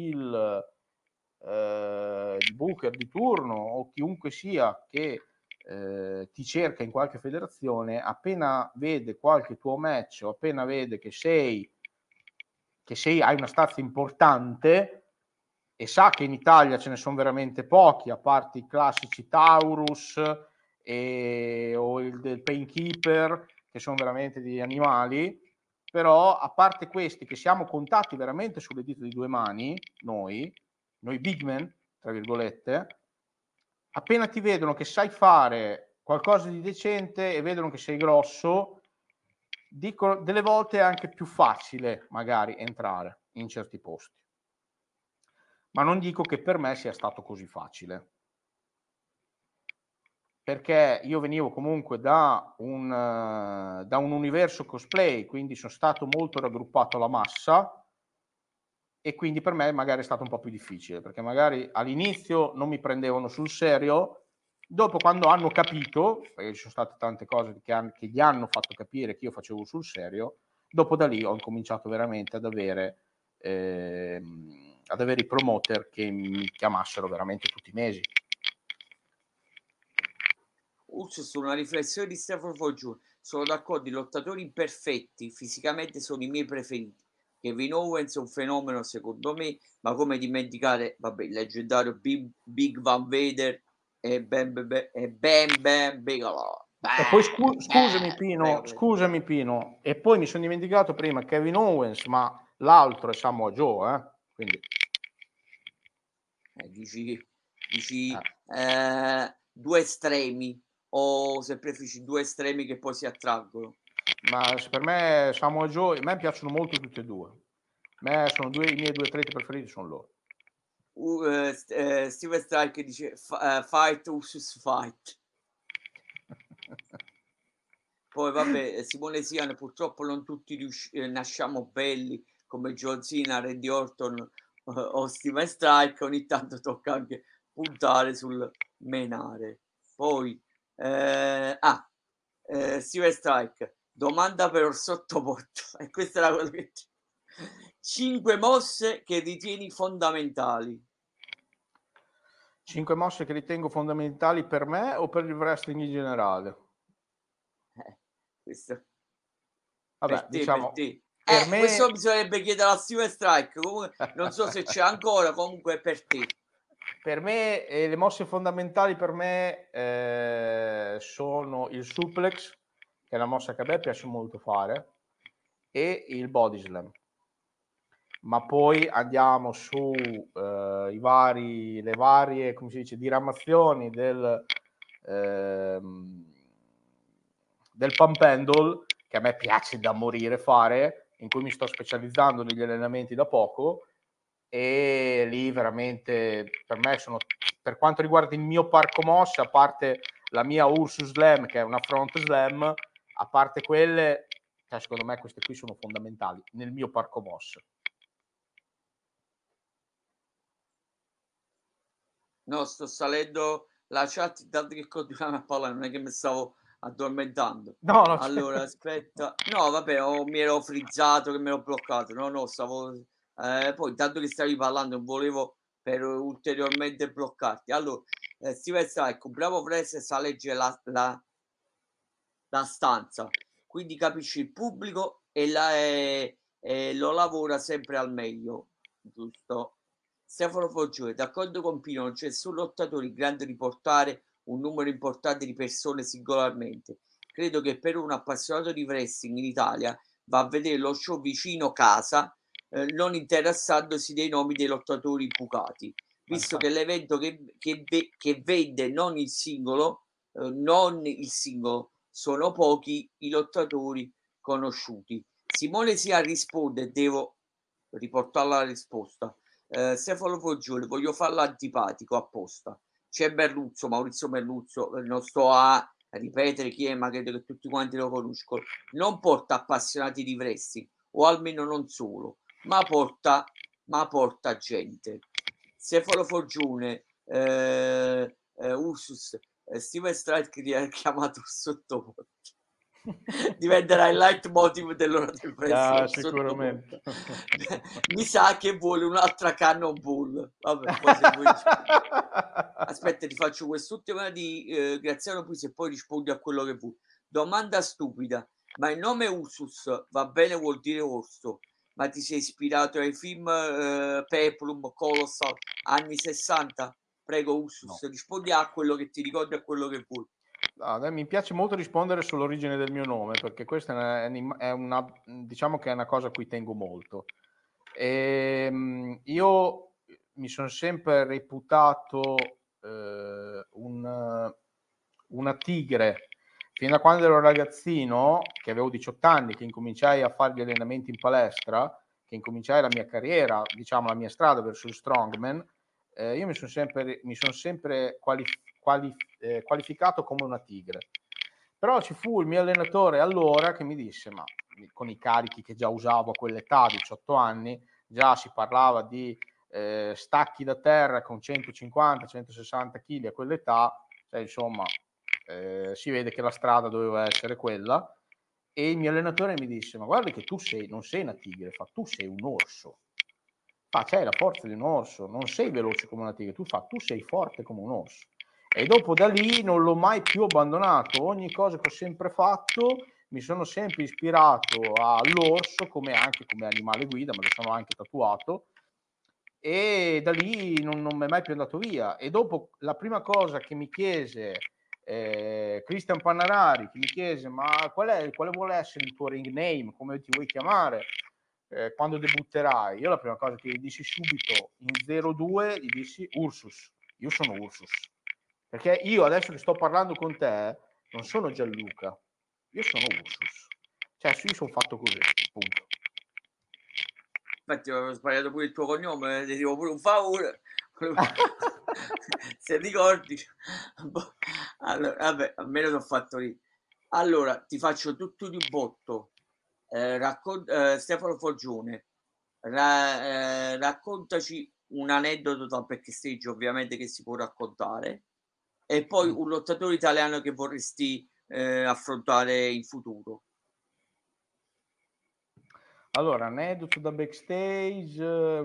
B: il booker di turno o chiunque sia che ti cerca in qualche federazione, appena vede qualche tuo match o appena vede che hai una stazza importante e sa che in Italia ce ne sono veramente pochi, a parte i classici Taurus o il del Painkeeper, che sono veramente degli animali, però a parte questi che siamo contati veramente sulle dita di due mani, noi big men, tra virgolette, appena ti vedono che sai fare qualcosa di decente e vedono che sei grosso, dicono delle volte è anche più facile magari entrare in certi posti. Ma non dico che per me sia stato così facile. Perché io venivo comunque da un universo cosplay, quindi sono stato molto raggruppato alla massa e quindi per me magari è stato un po' più difficile, perché magari all'inizio non mi prendevano sul serio, dopo quando hanno capito, perché ci sono state tante cose che gli hanno fatto capire che io facevo sul serio, dopo da lì ho incominciato veramente ad avere i promoter che mi chiamassero veramente tutti i mesi.
A: Su una riflessione di Stefano Foggiù, sono d'accordo, i lottatori imperfetti fisicamente sono i miei preferiti. Kevin Owens è un fenomeno secondo me, ma come dimenticare, vabbè, il leggendario Big Van Vader e Bam Bigelow.
B: E poi scusami Pino, e poi mi sono dimenticato prima Kevin Owens, ma l'altro è Samoa Joe, quindi
A: Dici
B: eh.
A: due estremi, o se preferisci due estremi che poi si attraggono.
B: Ma per me Samoa Joe, a me piacciono molto tutti e due. A me sono i miei due atleti preferiti sono loro.
A: Steven Strike dice fight Usus fight. Poi vabbè, Simone Sian, purtroppo non tutti nasciamo belli come John Cena, Randy Orton o Steven Strike, ogni tanto tocca anche puntare sul menare. Poi Steven Strike, domanda per il sottoporto, e questa era quello che 5 mosse che ritieni fondamentali.
B: 5 mosse che ritengo fondamentali per me o per il wrestling in generale?
A: Questo
B: Vabbè,
A: per
B: diciamo,
A: te.
B: per me
A: Questo bisognerebbe chiedere a Steven Strike. Comunque, non so se c'è ancora, comunque è per te.
B: Per me, le mosse fondamentali per me sono il suplex, che è una mossa che a me piace molto fare, e il body slam. Ma poi andiamo su le varie, come si dice, diramazioni del pump handle, che a me piace da morire fare, in cui mi sto specializzando negli allenamenti da poco, e lì veramente per me per quanto riguarda il mio parco mosse, a parte la mia Ursus Slam che è una front slam, a parte quelle, cioè, secondo me queste qui sono fondamentali nel mio parco mosse.
A: No, sto salendo la chat, tanto che continuiamo a parlare, non è che mi stavo addormentando.
B: No, no,
A: Allora, aspetta. No, vabbè, mi ero frizzato che mi ero bloccato. No, stavo... poi, intanto che stavi parlando, non volevo per ulteriormente bloccarti. Allora, Steven Strike, bravo Fres, sa leggere la stanza, quindi capisci il pubblico e lo lavora sempre al meglio, giusto? Stefano Foggione, d'accordo con Pino, non c'è solo lottatore grande riportare un numero importante di persone singolarmente. Credo che per un appassionato di wrestling in Italia va a vedere lo show vicino casa, non interessandosi dei nomi dei lottatori bucati, visto che l'evento che vende non il singolo, sono pochi i lottatori conosciuti. Simone Sia risponde, devo riportare la risposta. Stefano Foggione, voglio farlo antipatico apposta. C'è Merluzzo, Maurizio Merluzzo, non sto a ripetere chi è, ma credo che tutti quanti lo conoscono. Non porta appassionati di wrestling, o almeno non solo, ma porta gente. Stefano Foggione, Ursus, Steven Strike ti ha chiamato sottoporto. Diventerà il leitmotiv dell'ora del wrestling.
B: Sicuramente.
A: Mi sa che vuole un'altra Cannonball. Vabbè, poi se vuoi... Aspetta, ti faccio quest'ultima di Graziano Puisi e poi rispondi a quello che vuoi. Domanda stupida, ma il nome Ursus va bene, vuol dire orso, ma ti sei ispirato ai film Peplum, Colossal, anni 60? Prego Ursus,
B: No.
A: rispondi a quello che ti ricordi, a quello che vuoi.
B: Mi piace molto rispondere sull'origine del mio nome, perché questa è una, diciamo che è una cosa a cui tengo molto. Io mi sono sempre reputato una tigre fin da quando ero ragazzino, che avevo 18 anni, che incominciai a fare gli allenamenti in palestra, che incominciai la mia carriera, diciamo la mia strada verso il strongman. Io mi sono sempre qualificato come una tigre. Però ci fu il mio allenatore allora che mi disse, ma con i carichi che già usavo a quell'età, 18 anni, già si parlava di stacchi da terra con 150-160 kg a quell'età, cioè, insomma, si vede che la strada doveva essere quella. E il mio allenatore mi disse, ma guarda che non sei una tigre, tu sei un orso. C'hai la forza di un orso, non sei veloce come una tigre, tu sei forte come un orso. E dopo da lì non l'ho mai più abbandonato. Ogni cosa che ho sempre fatto mi sono sempre ispirato all'orso come animale guida, me lo sono anche tatuato, e da lì non mi è mai più andato via. E dopo la prima cosa che mi chiese Christian Pannarari, che mi chiese ma quale vuole essere il tuo ring name, come ti vuoi chiamare quando debutterai, io la prima cosa che gli dissi subito in 02 gli dissi Ursus, io sono Ursus, perché io adesso che sto parlando con te non sono Gianluca, io sono Ursus, cioè io sono fatto così, punto.
A: Infatti avevo sbagliato pure il tuo cognome, ti devo pure un favore. Se ricordi. Allora, vabbè, almeno ti ho fatto lì. Allora, ti faccio tutto di botto. Stefano Foggione, raccontaci un aneddoto dal backstage, ovviamente, che si può raccontare, e poi un lottatore italiano che vorresti affrontare in futuro.
B: Allora, un aneddoto da backstage,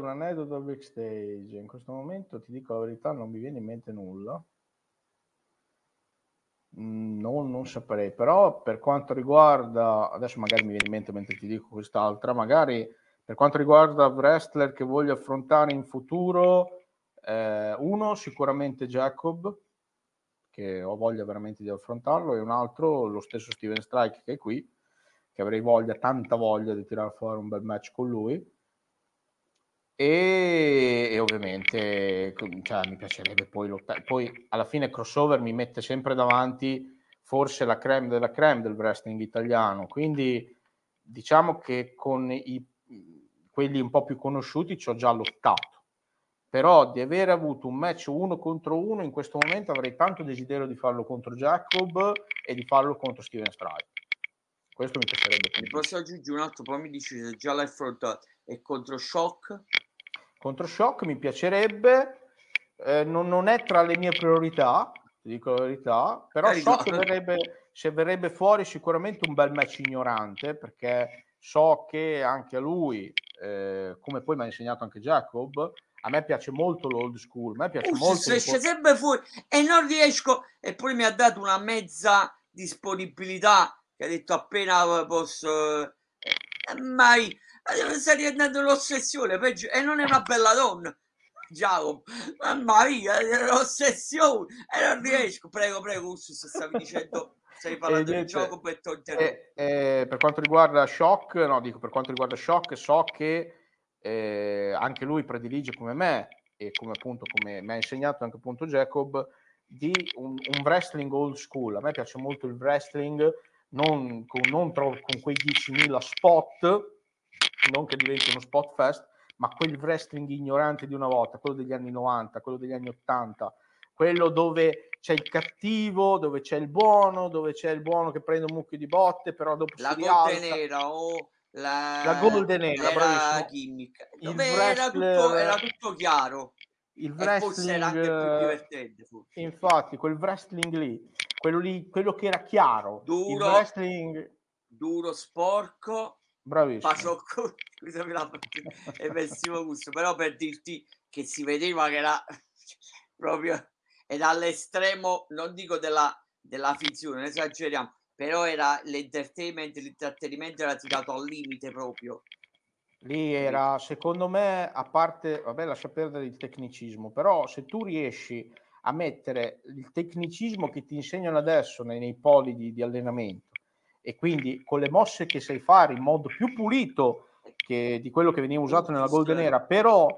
B: in questo momento ti dico la verità, non mi viene in mente nulla. Non saprei, però per quanto riguarda, adesso magari mi viene in mente mentre ti dico quest'altra, magari per quanto riguarda wrestler che voglio affrontare in futuro, uno sicuramente Jacob, che ho voglia veramente di affrontarlo, e un altro lo stesso Steven Strike che è qui, che avrei tanta voglia di tirare fuori un bel match con lui. E ovviamente cioè, mi piacerebbe poi lottare. Poi alla fine crossover mi mette sempre davanti forse la creme della creme del wrestling italiano, quindi diciamo che con quelli un po' più conosciuti ci ho già lottato, però di aver avuto un match 1 contro 1 in questo momento avrei tanto desiderio di farlo contro Jacob e di farlo contro Steven Strike. Questo mi piacerebbe.
A: Ne posso aggiungere un altro, poi mi dici se già l'hai affrontato. E contro Shock?
B: Contro Shock mi piacerebbe, non è tra le mie priorità, ti dico la verità, però so che se verrebbe fuori sicuramente un bel match ignorante, perché so che anche a lui, come poi mi ha insegnato anche Jacob, a me piace molto l'old school, a me piace molto
A: esce sempre fuori e non riesco, e poi mi ha dato una mezza disponibilità che ha detto appena posso, mai, sta diventando un'ossessione, peggio, e non è una bella donna. Giacomo, mamma mia, è un'ossessione e non riesco. Prego, Ursus, stavi parlando di gioco per togliere.
B: per quanto riguarda Shock, no, dico per quanto riguarda Shock, so che anche lui predilige come me e come appunto come mi ha insegnato anche appunto Jacob di un wrestling old school. A me piace molto il wrestling non con quei 10.000 spot, non che diventi uno spot fest, ma quel wrestling ignorante di una volta, quello degli anni 90, quello degli anni 80, quello dove c'è il cattivo, dove c'è il buono che prende un mucchio di botte, però dopo
A: La
B: si
A: Golden
B: rialza.
A: Era o
B: La Golden Era,
A: l'era
B: bravissimo.
A: gimmick,
B: Il
A: dove era
B: wrestler,
A: tutto chiaro
B: il
A: e forse era anche più
B: wrestling,
A: divertente. Forse.
B: infatti, quel wrestling lì, quello che era chiaro, il
A: Duro,
B: wrestling,
A: duro, sporco,
B: bravissimo.
A: pasocco, scusami la battuta, è pessimo gusto, però per dirti che si vedeva che era proprio, era all'estremo, non dico della finzione, non esageriamo, però era l'intrattenimento era tirato al limite proprio.
B: Lì
A: Capito?
B: era, secondo me, a parte, vabbè, lascia perdere il tecnicismo, però se tu riesci a mettere il tecnicismo che ti insegnano adesso nei poli di allenamento e quindi con le mosse che sai fare in modo più pulito di quello che veniva usato nella
A: Ursus,
B: Golden Era, però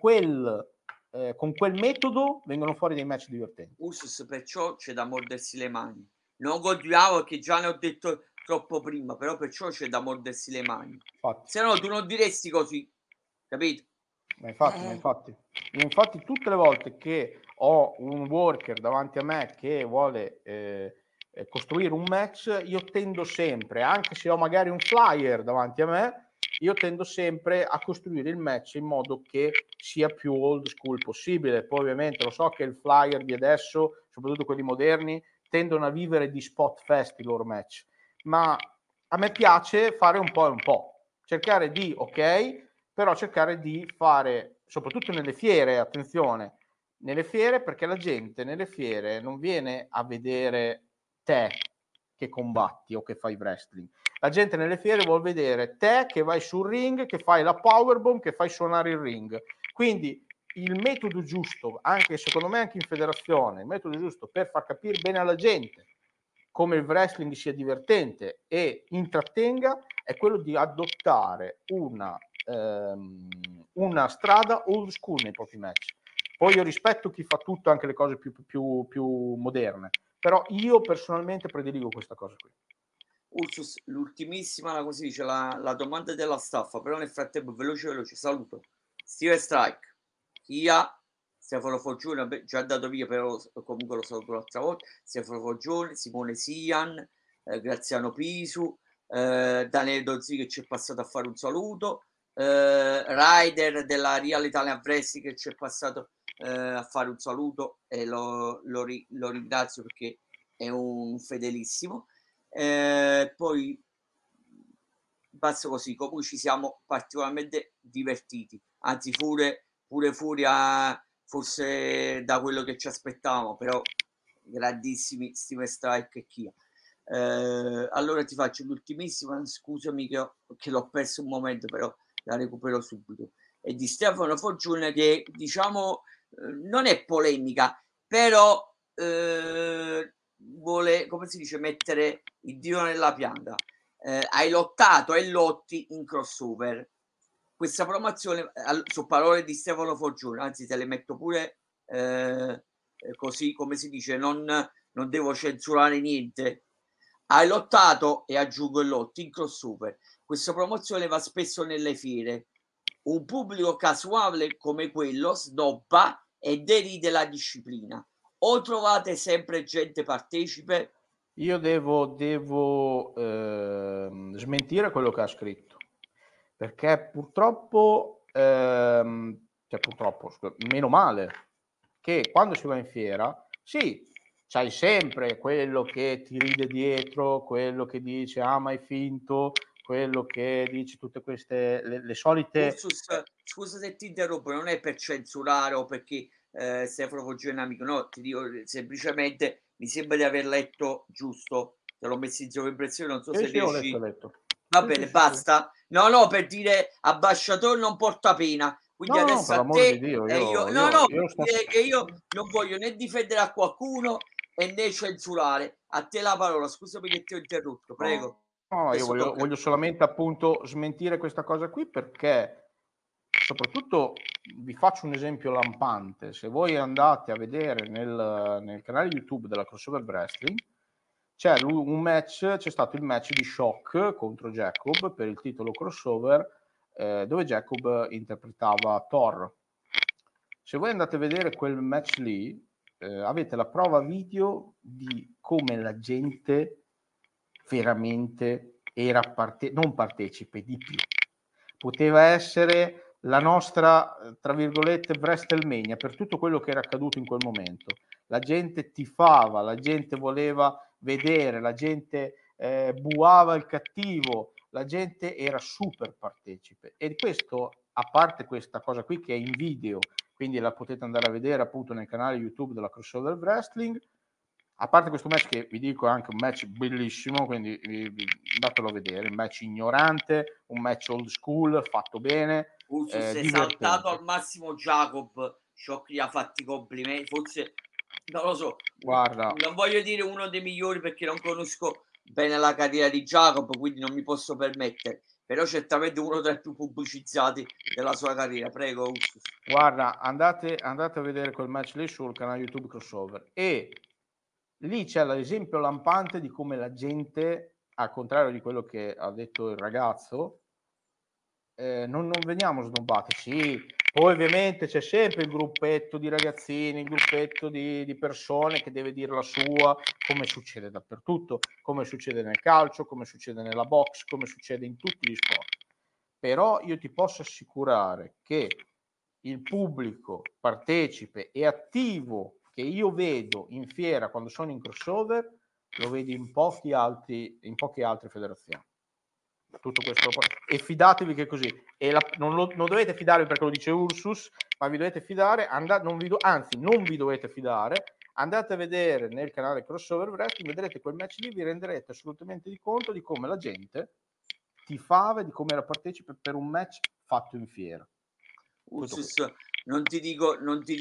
B: con quel metodo vengono fuori dei match divertenti.
A: Ursus, perciò c'è da mordersi le mani. Non continuiamo perché già ne ho detto troppo prima, però perciò c'è da mordersi le mani.
B: Infatti.
A: Se no tu non diresti così, capito?
B: Io infatti tutte le volte che ho un worker davanti a me che vuole costruire un match, io tendo sempre, anche se ho magari un flyer davanti a me, io tendo sempre a costruire il match in modo che sia più old school possibile. Poi ovviamente lo so che il flyer di adesso, soprattutto quelli moderni, tendono a vivere di spot fest i loro match, ma a me piace fare un po' e un po', cercare di, ok, però cercare di fare, soprattutto nelle fiere, attenzione, nelle fiere, perché la gente nelle fiere non viene a vedere te che combatti o che fai wrestling. La gente nelle fiere vuol vedere te che vai sul ring, che fai la powerbomb, che fai suonare il ring. Quindi il metodo giusto, anche secondo me anche in federazione, il metodo giusto per far capire bene alla gente come il wrestling sia divertente e intrattenga è quello di adottare una strada old school nei propri match. Poi io rispetto chi fa tutto, anche le cose più moderne, però io personalmente prediligo questa cosa qui.
A: Ursus, l'ultimissima, come si dice, la domanda della staffa, però nel frattempo veloce, saluto. Steve Strike, Chia, Stefano Foggione, vabbè, già dato via, però comunque lo saluto l'altra volta, Stefano Foggione, Simone Sian, Graziano Pisu, Daniele Dozzi che ci è passato a fare un saluto, Ryder della Real Italian Wrestling che ci è passato a fare un saluto e lo ringrazio perché è un fedelissimo. Poi basta così, comunque ci siamo particolarmente divertiti, anzi pure fuori forse da quello che ci aspettavamo, però grandissimi Steven Strike e Chia. Allora ti faccio l'ultimissima, scusami che l'ho perso un momento, però la recupero subito. È di Stefano Foggione che diciamo non è polemica, però vuole, come si dice, mettere il dito nella pianta. Hai lottato e lotti in crossover. Questa promozione, su parole di Stefano Foggione, anzi te le metto pure così, come si dice, non devo censurare niente. Hai lottato, e aggiungo il lotti, in crossover. Questa promozione va spesso nelle fiere. Un pubblico casuale come quello snobba e deride la disciplina. O trovate sempre gente partecipe?
B: Io devo smentire quello che ha scritto, perché purtroppo, meno male, che quando si va in fiera, sì, c'hai sempre quello che ti ride dietro, quello che dice ma hai finto, quello che dice tutte queste le solite
A: Ursus, scusa se ti interrompo, non è per censurare o perché Stefano Foggio è un amico, no, ti dico semplicemente mi sembra di aver letto giusto, te l'ho messo in sovraimpressione, non so se
B: sì, ho letto,
A: riesci.
B: ho letto.
A: Va
B: Sì, sì,
A: bene,
B: sì, sì.
A: basta. No, per dire ambasciatore non porta pena. Quindi
B: No,
A: adesso
B: per
A: a
B: l'amore di
A: te
B: Dio,
A: e io,
B: io
A: no,
B: io
A: no, per
B: io sto
A: dire che io non voglio né difendere a qualcuno e né censurare. A te la parola, scusami che ti ho interrotto, prego.
B: no, io
A: Adesso tocca a
B: voglio
A: te.
B: solamente appunto smentire questa cosa qui, perché soprattutto vi faccio un esempio lampante: se voi andate a vedere nel canale YouTube della Crossover Wrestling, c'è stato il match di Shock contro Jacob per il titolo crossover, dove Jacob interpretava Thor. Se voi andate a vedere quel match lì, avete la prova video di come la gente veramente era non partecipe, di più. Poteva essere la nostra, tra virgolette, WrestleMania, per tutto quello che era accaduto in quel momento. La gente tifava, la gente voleva vedere, la gente buava il cattivo, la gente era super partecipe. E questo, a parte questa cosa qui che è in video, quindi la potete andare a vedere appunto nel canale YouTube della Crossover Wrestling, a parte questo match che vi dico è anche un match bellissimo, quindi andatelo a vedere, un match ignorante, un match old school, fatto bene,
A: Ursus è saltato
B: divertente.
A: al massimo Jacob. Shock gli ha fatti i complimenti. Forse, non lo so,
B: Guarda,
A: non voglio dire uno dei migliori perché non conosco bene la carriera di Jacob, quindi non mi posso permettere. Però certamente uno tra i più pubblicizzati della sua carriera. Prego, Ursus.
B: guarda, andate a vedere quel match lì sul canale YouTube Crossover, e lì c'è l'esempio lampante di come la gente, al contrario di quello che ha detto il ragazzo, non veniamo snobbati. Sì, poi ovviamente c'è sempre il gruppetto di ragazzini, il gruppetto di persone che deve dire la sua, come succede dappertutto, come succede nel calcio, come succede nella box, come succede in tutti gli sport. Però io ti posso assicurare che il pubblico partecipe e attivo che io vedo in fiera quando sono in crossover, lo vedi in poche altre federazioni. Tutto questo, e fidatevi che è così, e non dovete fidarvi perché lo dice Ursus, ma vi dovete fidare, non vi dovete fidare, andate a vedere nel canale Crossover Wrestling, vedrete quel match lì, vi renderete assolutamente di conto di come la gente tifava, di come era partecipe per un match fatto in fiera.
A: Ursus, non ti dico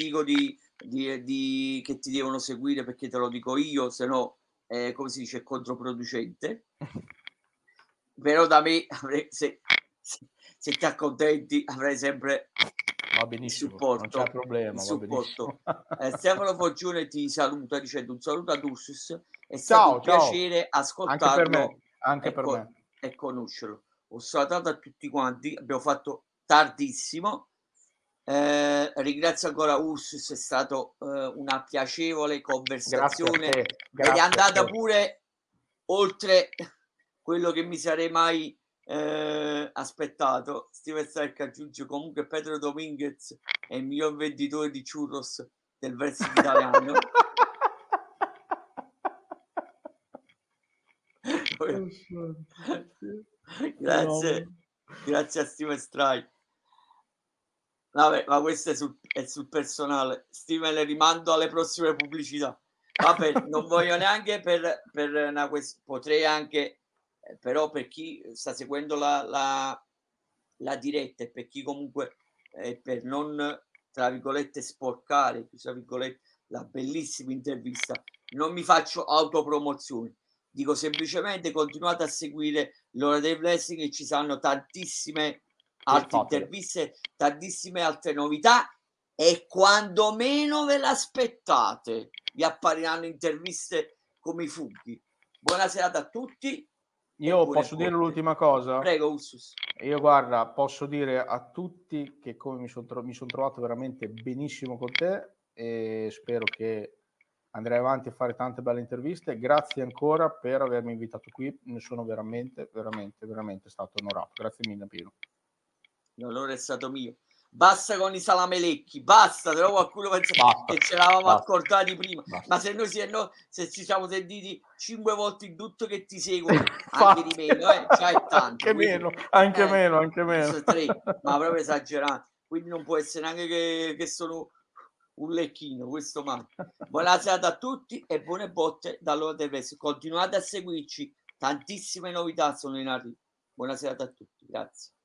A: che ti devono seguire perché te lo dico io, se no, come si dice, è controproducente. Però da me se ti accontenti avrai sempre
B: Va
A: il
B: benissimo, non c'è
A: supporto. Il
B: problema, va
A: supporto.
B: benissimo.
A: Stefano Foggione ti saluta dicendo un saluto ad Ursus, è stato un
B: Ciao, ciao,
A: piacere
B: anche per me,
A: ascoltarlo
B: anche per me.
A: e conoscerlo. Ho salutato a tutti quanti, abbiamo fatto tardissimo. Ringrazio ancora Ursus, è stato una piacevole
B: Grazie a
A: conversazione
B: te,
A: ed è
B: grazie a
A: andata
B: te.
A: pure oltre quello che mi sarei mai aspettato. Steven Stark aggiunge comunque Pedro Dominguez è il miglior venditore di churros del wrestling italiano. Grazie, grazie a Steven Strike. Vabbè, ma questo è sul personale. Steven, le rimando alle prossime pubblicità. Vabbè, non voglio neanche per una potrei anche, però per chi sta seguendo la diretta e per chi comunque, per non, tra virgolette, "sporcare", chiusa virgolette, la bellissima intervista, non mi faccio autopromozioni. Dico semplicemente continuate a seguire l'Ora del Wrestling e ci saranno tantissime
B: Sì,
A: altre
B: fatelo.
A: interviste, tantissime altre novità e quando meno ve l'aspettate vi appariranno interviste come i funghi. Buona serata a tutti e
B: Io
A: buone
B: posso dire
A: botte.
B: l'ultima cosa?
A: Prego, Ursus.
B: Io guarda, posso dire a tutti che come mi son trovato veramente benissimo con te, e spero che andrai avanti a fare tante belle interviste. Grazie ancora per avermi invitato qui, ne sono veramente, veramente, veramente stato onorato. Grazie mille Pino.
A: L'onore è stato mio. Basta con i salamelecchi, basta, però qualcuno pensa che ce l'avamo accordati prima, ma se noi se ci siamo sentiti 5 volte in tutto che ti seguono, anche di meno, già è tanto.
B: Anche meno.
A: 3, ma proprio esagerato, quindi non può essere neanche che sono un lecchino, questo mai. Buona serata a tutti e buone botte dall'ora del resto. Continuate a seguirci, tantissime novità sono in arrivo. Buona serata a tutti, grazie.